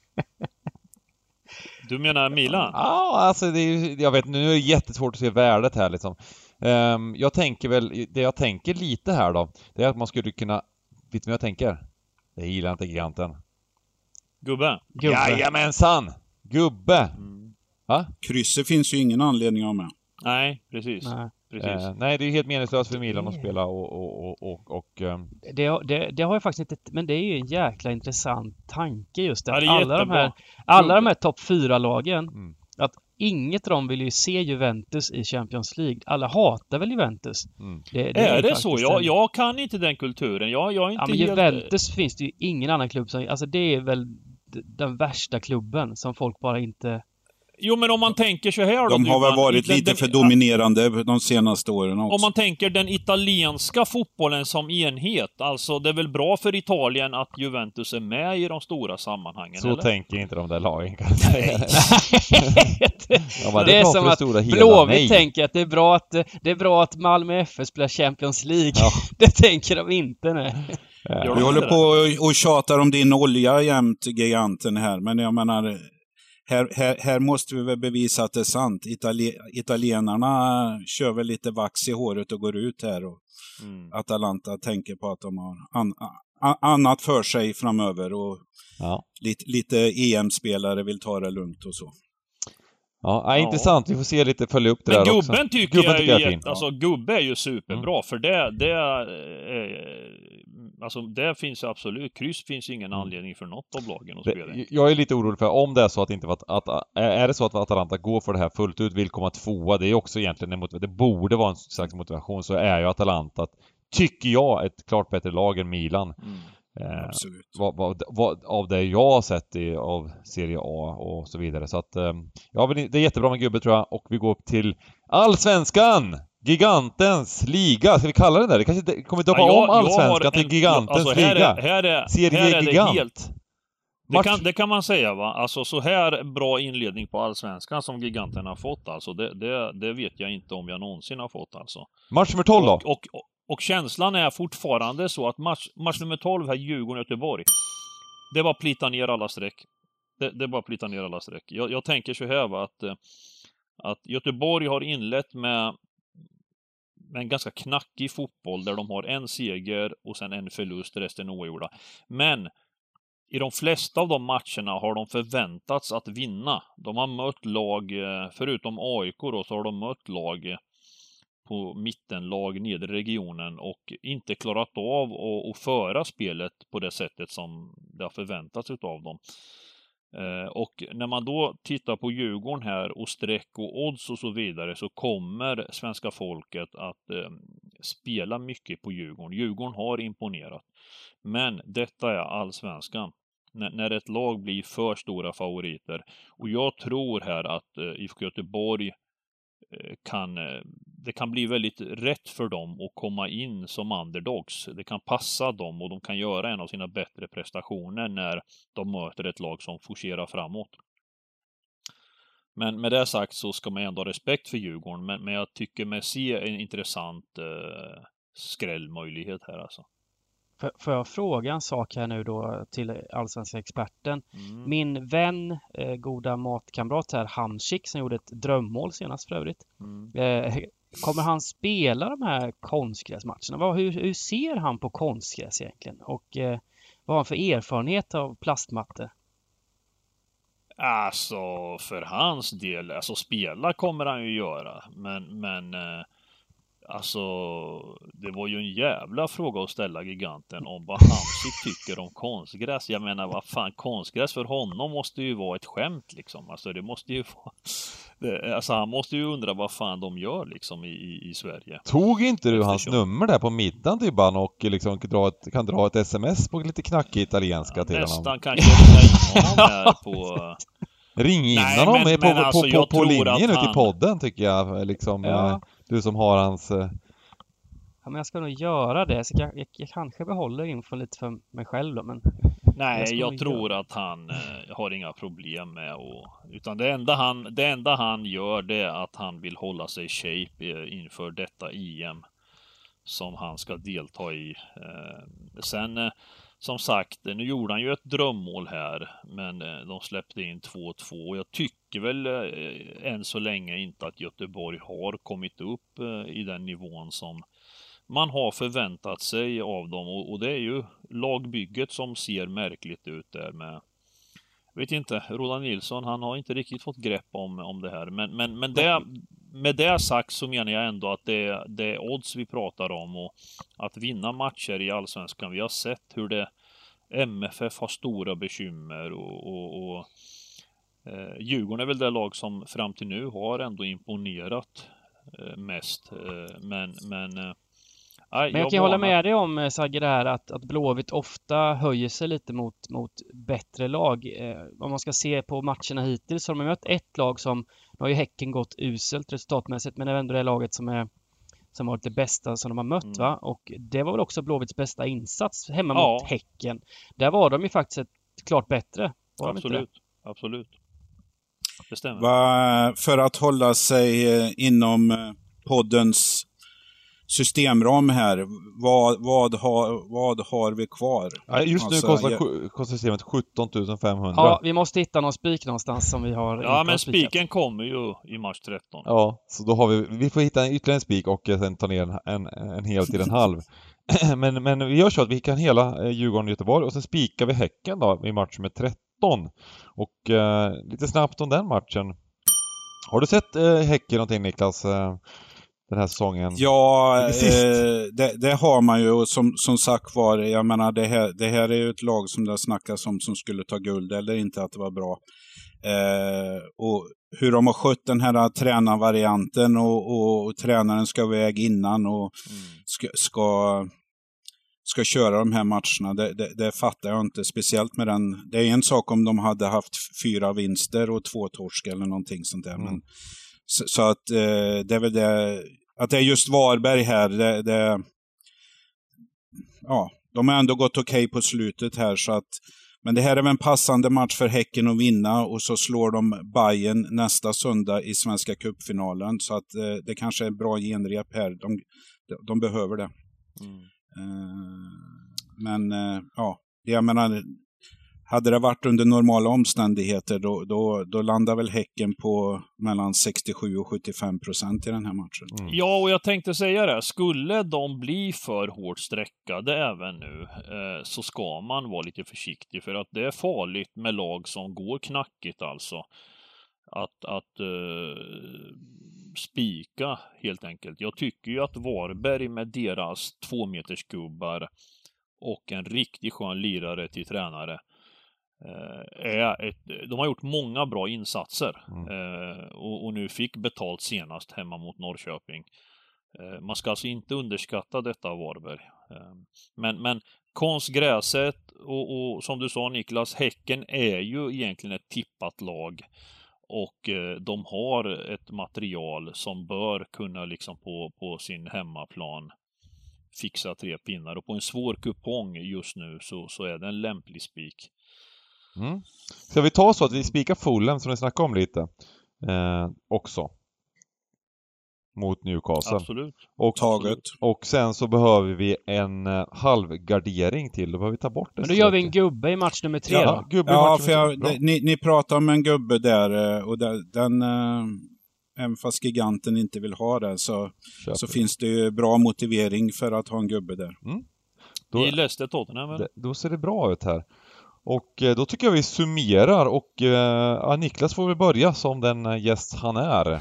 Du menar Milan? Ja, alltså det är ju, jag vet, nu är det jättesvårt att se värdet här liksom. Um, jag tänker väl, det jag tänker lite här då, det är att man skulle kunna, vet du vad jag tänker? Jag gillar inte giganten. Gubbe? Gubbe. Jajamensan! Gubbe! Mm. Va? Krysset finns ju ingen anledning att ha med. Nej, precis. Nej. Precis. Eh, nej, det är helt meningslöst för Milan att spela och, och, och, och, och um... det, det, det har jag faktiskt inte, men det är ju en jäkla intressant tanke just det. Ja, det alla de här, alla de här topp fyra lagen, mm. att inget av dem vill ju se Juventus i Champions League. Alla hatar väl Juventus. Mm. Det, det är, är det så? Jag, jag kan inte den kulturen. Jag, jag är inte ja, men helt... Juventus finns det ju ingen annan klubb som, alltså det är väl den värsta klubben som folk bara inte... Jo, men om man tänker så här då... De har väl varit den, lite den, för dominerande de senaste åren också. Om man tänker den italienska fotbollen som enhet, alltså det är väl bra för Italien att Juventus är med i de stora sammanhangen, så eller? tänker inte de där lagen, kan jag säga. Ja, det är som att Blåvitt tänker att det är bra att det är bra att Malmö F F spelar Champions League. Ja. Det tänker de inte, nej. Ja. Vi håller på och tjatar om din olja jämt, giganten här, men jag menar... Här, här, här måste vi väl bevisa att det är sant. Itali- italienarna kör väl lite vax i håret och går ut här. Och mm. Atalanta tänker på att de har an- a- annat för sig framöver. Och ja. lite, lite E M-spelare vill ta det lugnt och så. Ja, ja, intressant. Vi får se lite, följa upp det men där gubben också. Tycker gubben jag tycker jag är är fin. Alltså, gubbe är ju superbra. Mm. För det, det är, alltså det finns absolut, kryss finns ingen anledning för något av lagen att Det, spela. jag är lite orolig för om det är så att inte att, att är det så att Atalanta går för det här fullt ut, vill komma tvåa, det är också egentligen en motivation. Det borde vara en slags motivation, så är ju Atalanta, tycker jag, ett klart bättre lag än Milan. Mm. Eh, Absolut. vad, vad, vad, av det jag har sett i, av Serie A och så vidare. Så att, eh, ja, det är jättebra med gubbe, tror jag. Och vi går upp till Allsvenskan! Gigantens liga, ska vi kalla den där? Det kanske det kommer döpa Ja, jag- om jag har Allsvenskan en- till Gigantens alltså, här liga. Är, här är, Serie här är det Gigant. helt... Det Match- kan, det kan man säga, va? Alltså så här bra inledning på Allsvenskan som Giganten har fått, alltså. Det, det, det vet jag inte om jag någonsin har fått, alltså. Match nummer tolv då? Och, och, och, och känslan är fortfarande så att match, match nummer tolv här, Djurgården-Göteborg. Det var plita ner alla streck. Det, det bara plita ner alla streck. Jag, jag tänker så här, va, att, eh, att Göteborg har inlett med, med en ganska knackig fotboll där de har en seger och sen en förlust, resten oavgjorda. Men i de flesta av de matcherna har de förväntats att vinna. De har mött lag, eh, förutom A I K då, så har de mött lag eh, på mittenlag, nedre regionen, och inte klarat av att, att föra spelet på det sättet som det har förväntats utav dem. Eh, och när man då tittar på Djurgården här och streck och odds och så vidare, så kommer svenska folket att eh, spela mycket på Djurgården. Djurgården har imponerat. Men detta är Allsvenskan. När, när ett lag blir för stora favoriter. Och jag tror här att eh, I F K Göteborg kan, det kan bli väldigt rätt för dem att komma in som underdogs. Det kan passa dem och de kan göra en av sina bättre prestationer när de möter ett lag som forcerar framåt. Men med det sagt så ska man ändå ha respekt för Djurgården, men, men jag tycker mig se en intressant eh, skrällmöjlighet här, alltså. Får får jag fråga en sak här nu då till allsvenska experten? Mm. Min vän, eh, goda matkamrat här, Hamsik, som gjorde ett drömmål senast för övrigt. Mm. Eh, kommer han spela de här konstgräsmatcherna? Vad, hur, hur ser han på konstgräs egentligen? Och eh, vad har han för erfarenhet av plastmattor? Alltså, för hans del, alltså spela kommer han ju göra, men, men eh, alltså, det var ju en jävla fråga att ställa Giganten om vad Hamsik tycker om konstgräs. Jag menar, vad fan, konstgräs för honom måste ju vara ett skämt liksom. Alltså det måste ju vara... Det, alltså han måste ju undra vad fan de gör liksom i, i, i Sverige. Tog inte du hans Eftersom- nummer där på middagen till Ban och liksom kan dra ett, kan dra ett sms på lite knackig italienska till honom? Nästan kanske ringa in honom här på... Ring in Nej, honom men- är på, men på, alltså, på, jag på tror linjen att ut i han- podden tycker jag liksom. Ja. eh, Du som har hans... eh, Ja, men jag ska nog göra det. Så jag, jag, jag kanske behåller info lite för mig själv då, men Jag Nej, ska jag nog tror att han eh, har inga problem med och, utan det enda, han, det enda han gör det är att han vill hålla sig i shape eh, inför detta E M som han ska delta i. Eh, sen eh, som sagt, nu gjorde han ju ett drömmål här, men eh, de släppte in två två och jag tycker väl eh, än så länge inte att Göteborg har kommit upp eh, i den nivån som man har förväntat sig av dem, och, och det är ju lagbygget som ser märkligt ut där med, jag vet inte, Roland Nilsson, han har inte riktigt fått grepp om, om det här, men, men, men det, med det sagt så menar jag ändå att det, det är odds vi pratar om, och att vinna matcher i Allsvenskan, vi har sett hur det M F F har stora bekymmer och, och, och eh, Djurgården är väl det lag som fram till nu har ändå imponerat eh, mest, eh, men, men eh, Nej, Men jag kan hålla varnar- med dig om, Sagge, det här att, att Blåvitt ofta höjer sig lite mot, mot bättre lag. Eh, om man ska se på matcherna hittills så har de mött ett lag som, nu har ju Häcken gått uselt resultatmässigt, men det är ändå det laget som är som har varit det bästa som de har mött, Mm. va? Och det var väl också Blåvitts bästa insats hemma Ja. mot Häcken. Där var de ju faktiskt ett, klart bättre. Var de inte det? Absolut, absolut. Det stämmer. Va, för att hålla sig eh, inom eh, poddens systemram här, vad, vad, har, vad har vi kvar? Ja, just nu Alltså, kostar, jag- sju- kostar systemet sjutton tusen femhundra. Ja, vi måste hitta någon spik någonstans som vi har Ja, inte har men spikat. spiken kommer ju i mars tretton. Ja, så då har vi, vi får hitta en ytterligare en spik och eh, sen ta ner en, en, en hel till en halv. men, men vi gör så att vi kan hela eh, Djurgården och Göteborg och sen spikar vi Häcken då i match med tretton. Och eh, lite snabbt om den matchen. Har du sett eh, Häcken någonting, Niklas? Eh, den här säsongen? Ja, eh, det, det har man ju. Och som, som sagt var, jag menar, det här, det här är ju ett lag som det snackas om som skulle ta guld eller inte, att det var bra. Eh, och hur de har skött den här tränarvarianten och, och, och tränaren ska iväg innan och mm. ska, ska, ska köra de här matcherna. Det, det, det fattar jag inte, speciellt med den. Det är en sak om de hade haft fyra vinster och två torsk eller någonting sånt där. Mm. Men, så, så att eh, det är väl det, att det är just Varberg här, det, det ja, de har ändå gått okej okay på slutet här, så att, men det här är väl en passande match för Häcken att vinna, och så slår de Bayern nästa söndag i Svenska cupfinalen, så att eh, det kanske är en bra genrep här. De, de, de behöver det. Mm. Eh, men eh, ja, jag menar, hade det varit under normala omständigheter då, då, då landar väl Häcken på mellan sextiosju och sjuttiofem procent i den här matchen. Mm. Ja, och jag tänkte säga det. Skulle de bli för hårt sträckade även nu eh, så ska man vara lite försiktig, för att det är farligt med lag som går knackigt alltså. Att, att eh, spika helt enkelt. Jag tycker ju att Varberg med deras tvåmetersgubbar och en riktigt skön lirare till tränare är ett, de har gjort många bra insatser. Mm. eh, och, och nu fick betalt senast hemma mot Norrköping. eh, man ska alltså inte underskatta detta Varberg. eh, men, men konstgräset och, och som du sa Niklas, Häcken är ju egentligen ett tippat lag, och eh, de har ett material som bör kunna liksom på, på sin hemmaplan fixa tre pinnar, och på en svår kupong just nu så, så är det en lämplig spik. Mm. Ska vi ta så att vi spikar Fulham som vi snackade om lite eh, också mot Newcastle? Absolut. Och, Taget. Och sen så behöver vi en eh, halvgardering till. Då behöver vi ta bort det. Men då gör vi en gubbe i match nummer tre. Ja, då. Gubbe ja för jag, det, ni, ni pratar om en gubbe där och där, den eh, även fast giganten inte vill ha det så, så finns det ju bra motivering för att ha en gubbe där. Mm. Då, I Leicester Tottenham. Det, då ser det bra ut här. Och eh, då tycker jag vi summerar och eh, ja, Niklas får väl börja som den gäst han är.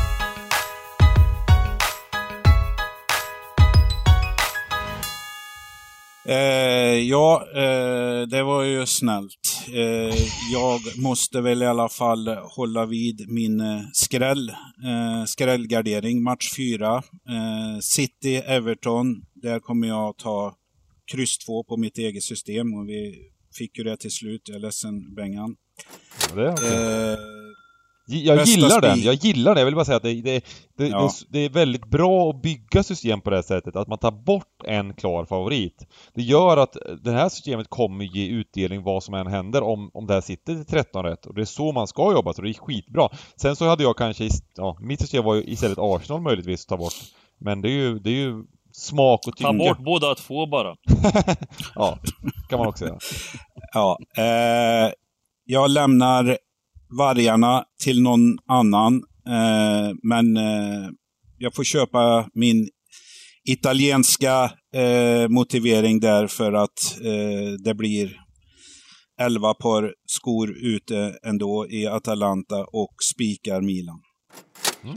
Eh, ja, eh, det var ju snällt. Eh, jag måste väl i alla fall hålla vid min eh, skräll, eh, skrällgardering. Match fyra. Eh, City, Everton. Där kommer jag ta kryss två på mitt eget system, och vi fick ju det till slut. Jag är ledsen, Bengan. Ja, det är okay. eh, jag gillar den, jag gillar det. Jag vill bara säga att det, det, det, ja. det, det är väldigt bra att bygga system på det här sättet. Att man tar bort en klar favorit. Det gör att det här systemet kommer ge utdelning vad som än händer om, om det här sitter till tretton rätt. Och det är så man ska jobba, så det är skitbra. Sen så hade jag kanske, ja, mitt system var ju istället Arsenal möjligtvis att ta bort. Men det är ju, det är ju smak och tycke. Ta bort båda två bara. Ja, kan man också göra. Ja, eh, jag lämnar vargarna till någon annan, eh, men eh, jag får köpa min italienska eh, motivering där, för att eh, det blir elva par skor ute ändå i Atalanta och spikar Milan. Mm.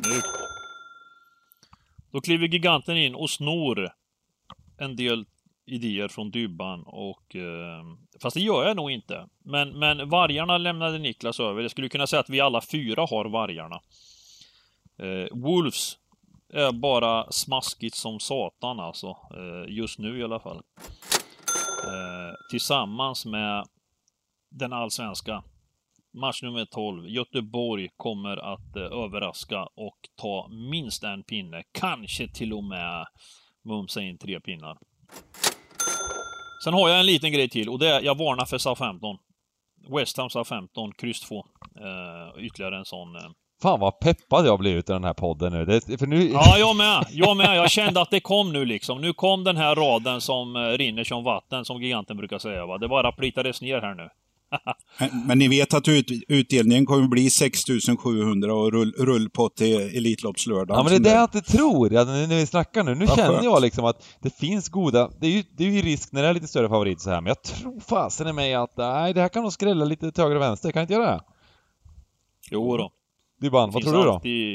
Då kliver giganten in och snor en del idéer från Dybban och eh, fast det gör jag nog inte. Men, men vargarna lämnade Niklas över. Jag skulle kunna säga att vi alla fyra har vargarna. Eh, Wolves är bara smaskigt som satan alltså. Eh, just nu i alla fall. Eh, tillsammans med den allsvenska. Match nummer tolv. Göteborg kommer att eh, överraska och ta minst en pinne. Kanske till och med mumsa in tre pinnar. Sen har jag en liten grej till, och det är, jag varnar för Southampton. West Ham Southampton, kryss två. Eh, ytterligare en sån. Eh. Fan vad peppad jag blivit i den här podden nu. Det, för nu... Ja, jag med. Jag med. Jag kände att det kom nu liksom. Nu kom den här raden som eh, rinner som vatten, som giganten brukar säga. Va? Det bara plitades ner här nu. men, men ni vet att ut, utdelningen kommer bli sex tusen sjuhundra och rull, rullpott till Elitloppslördagen. Ja, men det är det jag inte tror. Ja, när vi snackar nu. Nu ja, känner skönt. Jag liksom att det finns goda... Det är ju, det är ju risk när det är lite större favorit så här. Men jag tror fasen är med att nej, det här kan nog skrälla lite till höger och vänster. Kan inte göra det? Jo då. Dybban, vad tror du då? Alltid,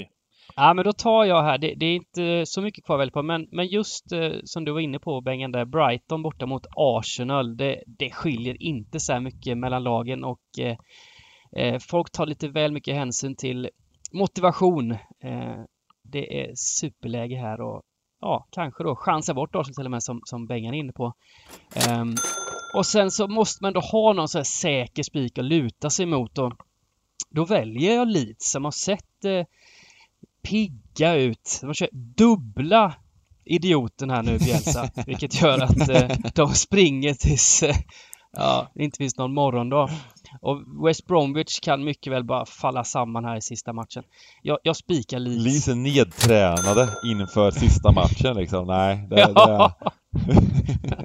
Ja, men då tar jag här. Det, det är inte så mycket kvar väl på, men, men just eh, som du var inne på, Bengen, där Brighton borta mot Arsenal. Det, det skiljer inte så här mycket mellan lagen och eh, eh, folk tar lite väl mycket hänsyn till motivation. Eh, det är superläge här och ja, kanske då chansa bort Arsenal till och med som, som Bengen är inne på. Um, och sen så måste man då ha någon så här säker spik att luta sig mot och då väljer jag Leeds som har sett eh, pigga ut. De kör dubbla idioten här nu, Bielsa, vilket gör att eh, de springer tills eh, ja, det inte finns någon morgondag. Och West Bromwich kan mycket väl bara falla samman här i sista matchen. Jag, jag spikar Leeds. Leeds är nedtränade inför sista matchen liksom. Nej, det, ja. det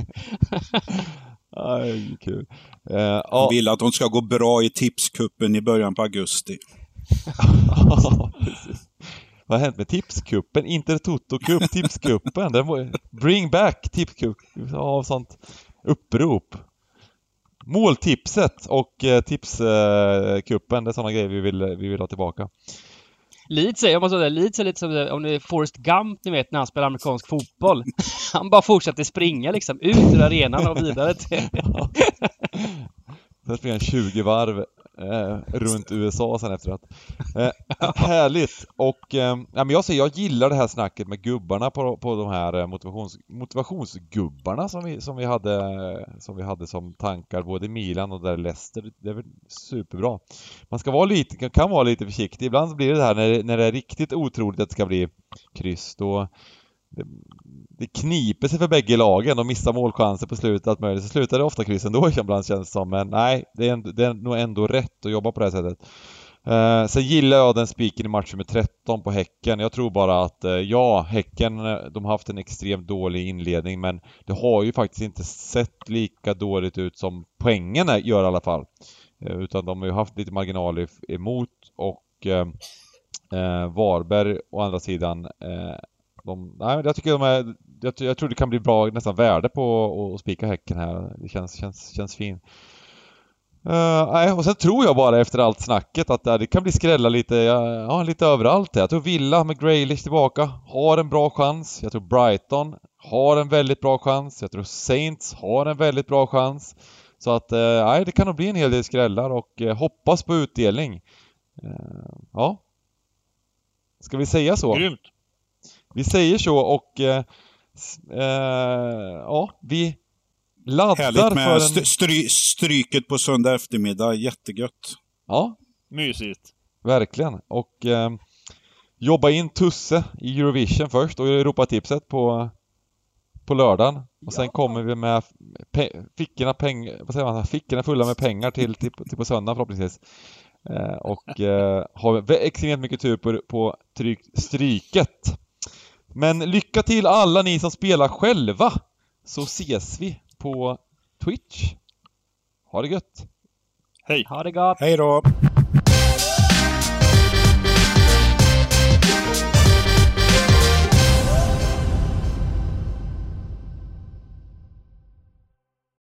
Aj, kul. Uh, Jag vill att de ska gå bra i tipskuppen i början på augusti. Ja, precis. Vad har hänt med tipskuppen? Inte Toto Cup, tipskuppen. Bring back tipskupp av sånt upprop. Måltipset och eh, tipskuppen, eh, det är sådana grejer vi vill, vi vill ha tillbaka. Leeds är, jag måste säga, Leeds är lite som om det är Forrest Gump, ni vet, när han spelar amerikansk fotboll. Han bara fortsätter springa liksom ut ur arenan och vidare till... Sen springer han tjugo varv eh, runt U S A sen efteråt. Eh, härligt! Och eh, ja, men jag säger, jag gillar det här snacket med gubbarna på, på de här motivations, motivationsgubbarna som vi, som, vi hade, som vi hade som tankar både i Milan och där Leicester. Det är väl superbra. Man ska vara lite, kan vara lite försiktig. Ibland blir det här när, när det är riktigt otroligt att det ska bli kryss. Då det, det kniper sig för bägge lagen och missar målchanser på slutet, allt möjligt. Så slutar det ofta kryssen då ibland, känns det som. Men nej, det är, ändå, det är nog ändå rätt att jobba på det här sättet. Eh, sen gillar jag den spiken i matchen med tretton på Häcken. Jag tror bara att eh, ja, Häcken, de har haft en extremt dålig inledning, men det har ju faktiskt inte sett lika dåligt ut som poängen gör i alla fall. Eh, utan de har ju haft lite marginal emot och eh, eh, Varberg å andra sidan eh, De, nej, jag tycker de är, jag, jag tror det kan bli bra, nästan värde på att spika Häcken här. Det känns, känns, känns fint. Uh, nej, och sen tror jag bara efter allt snacket att det kan bli skrälla lite, ja, lite överallt. Jag tror Villa med Grealish tillbaka har en bra chans. Jag tror Brighton har en väldigt bra chans. Jag tror Saints har en väldigt bra chans. Så att uh, nej, det kan nog bli en hel del skrällar och uh, hoppas på utdelning. Uh, ja. Ska vi säga så? Grymt. Vi säger så och eh, eh, ja, vi laddar härligt med för en... st- stry- stryket på söndag eftermiddag, jättegött. Ja, mysigt. Verkligen. Och eh, jobba in Tusse i Eurovision först och Europatipset på på lördagen och ja. Sen kommer vi med pe- fickorna peng vad säger man, fickorna fulla med pengar till till, till på söndag förhoppningsvis. Eh, och eh, har extremt mycket tur på på tryck, stryket. Men lycka till alla ni som spelar själva, så ses vi på Twitch. Ha det gött. Hej. Ha det gott. Hej då.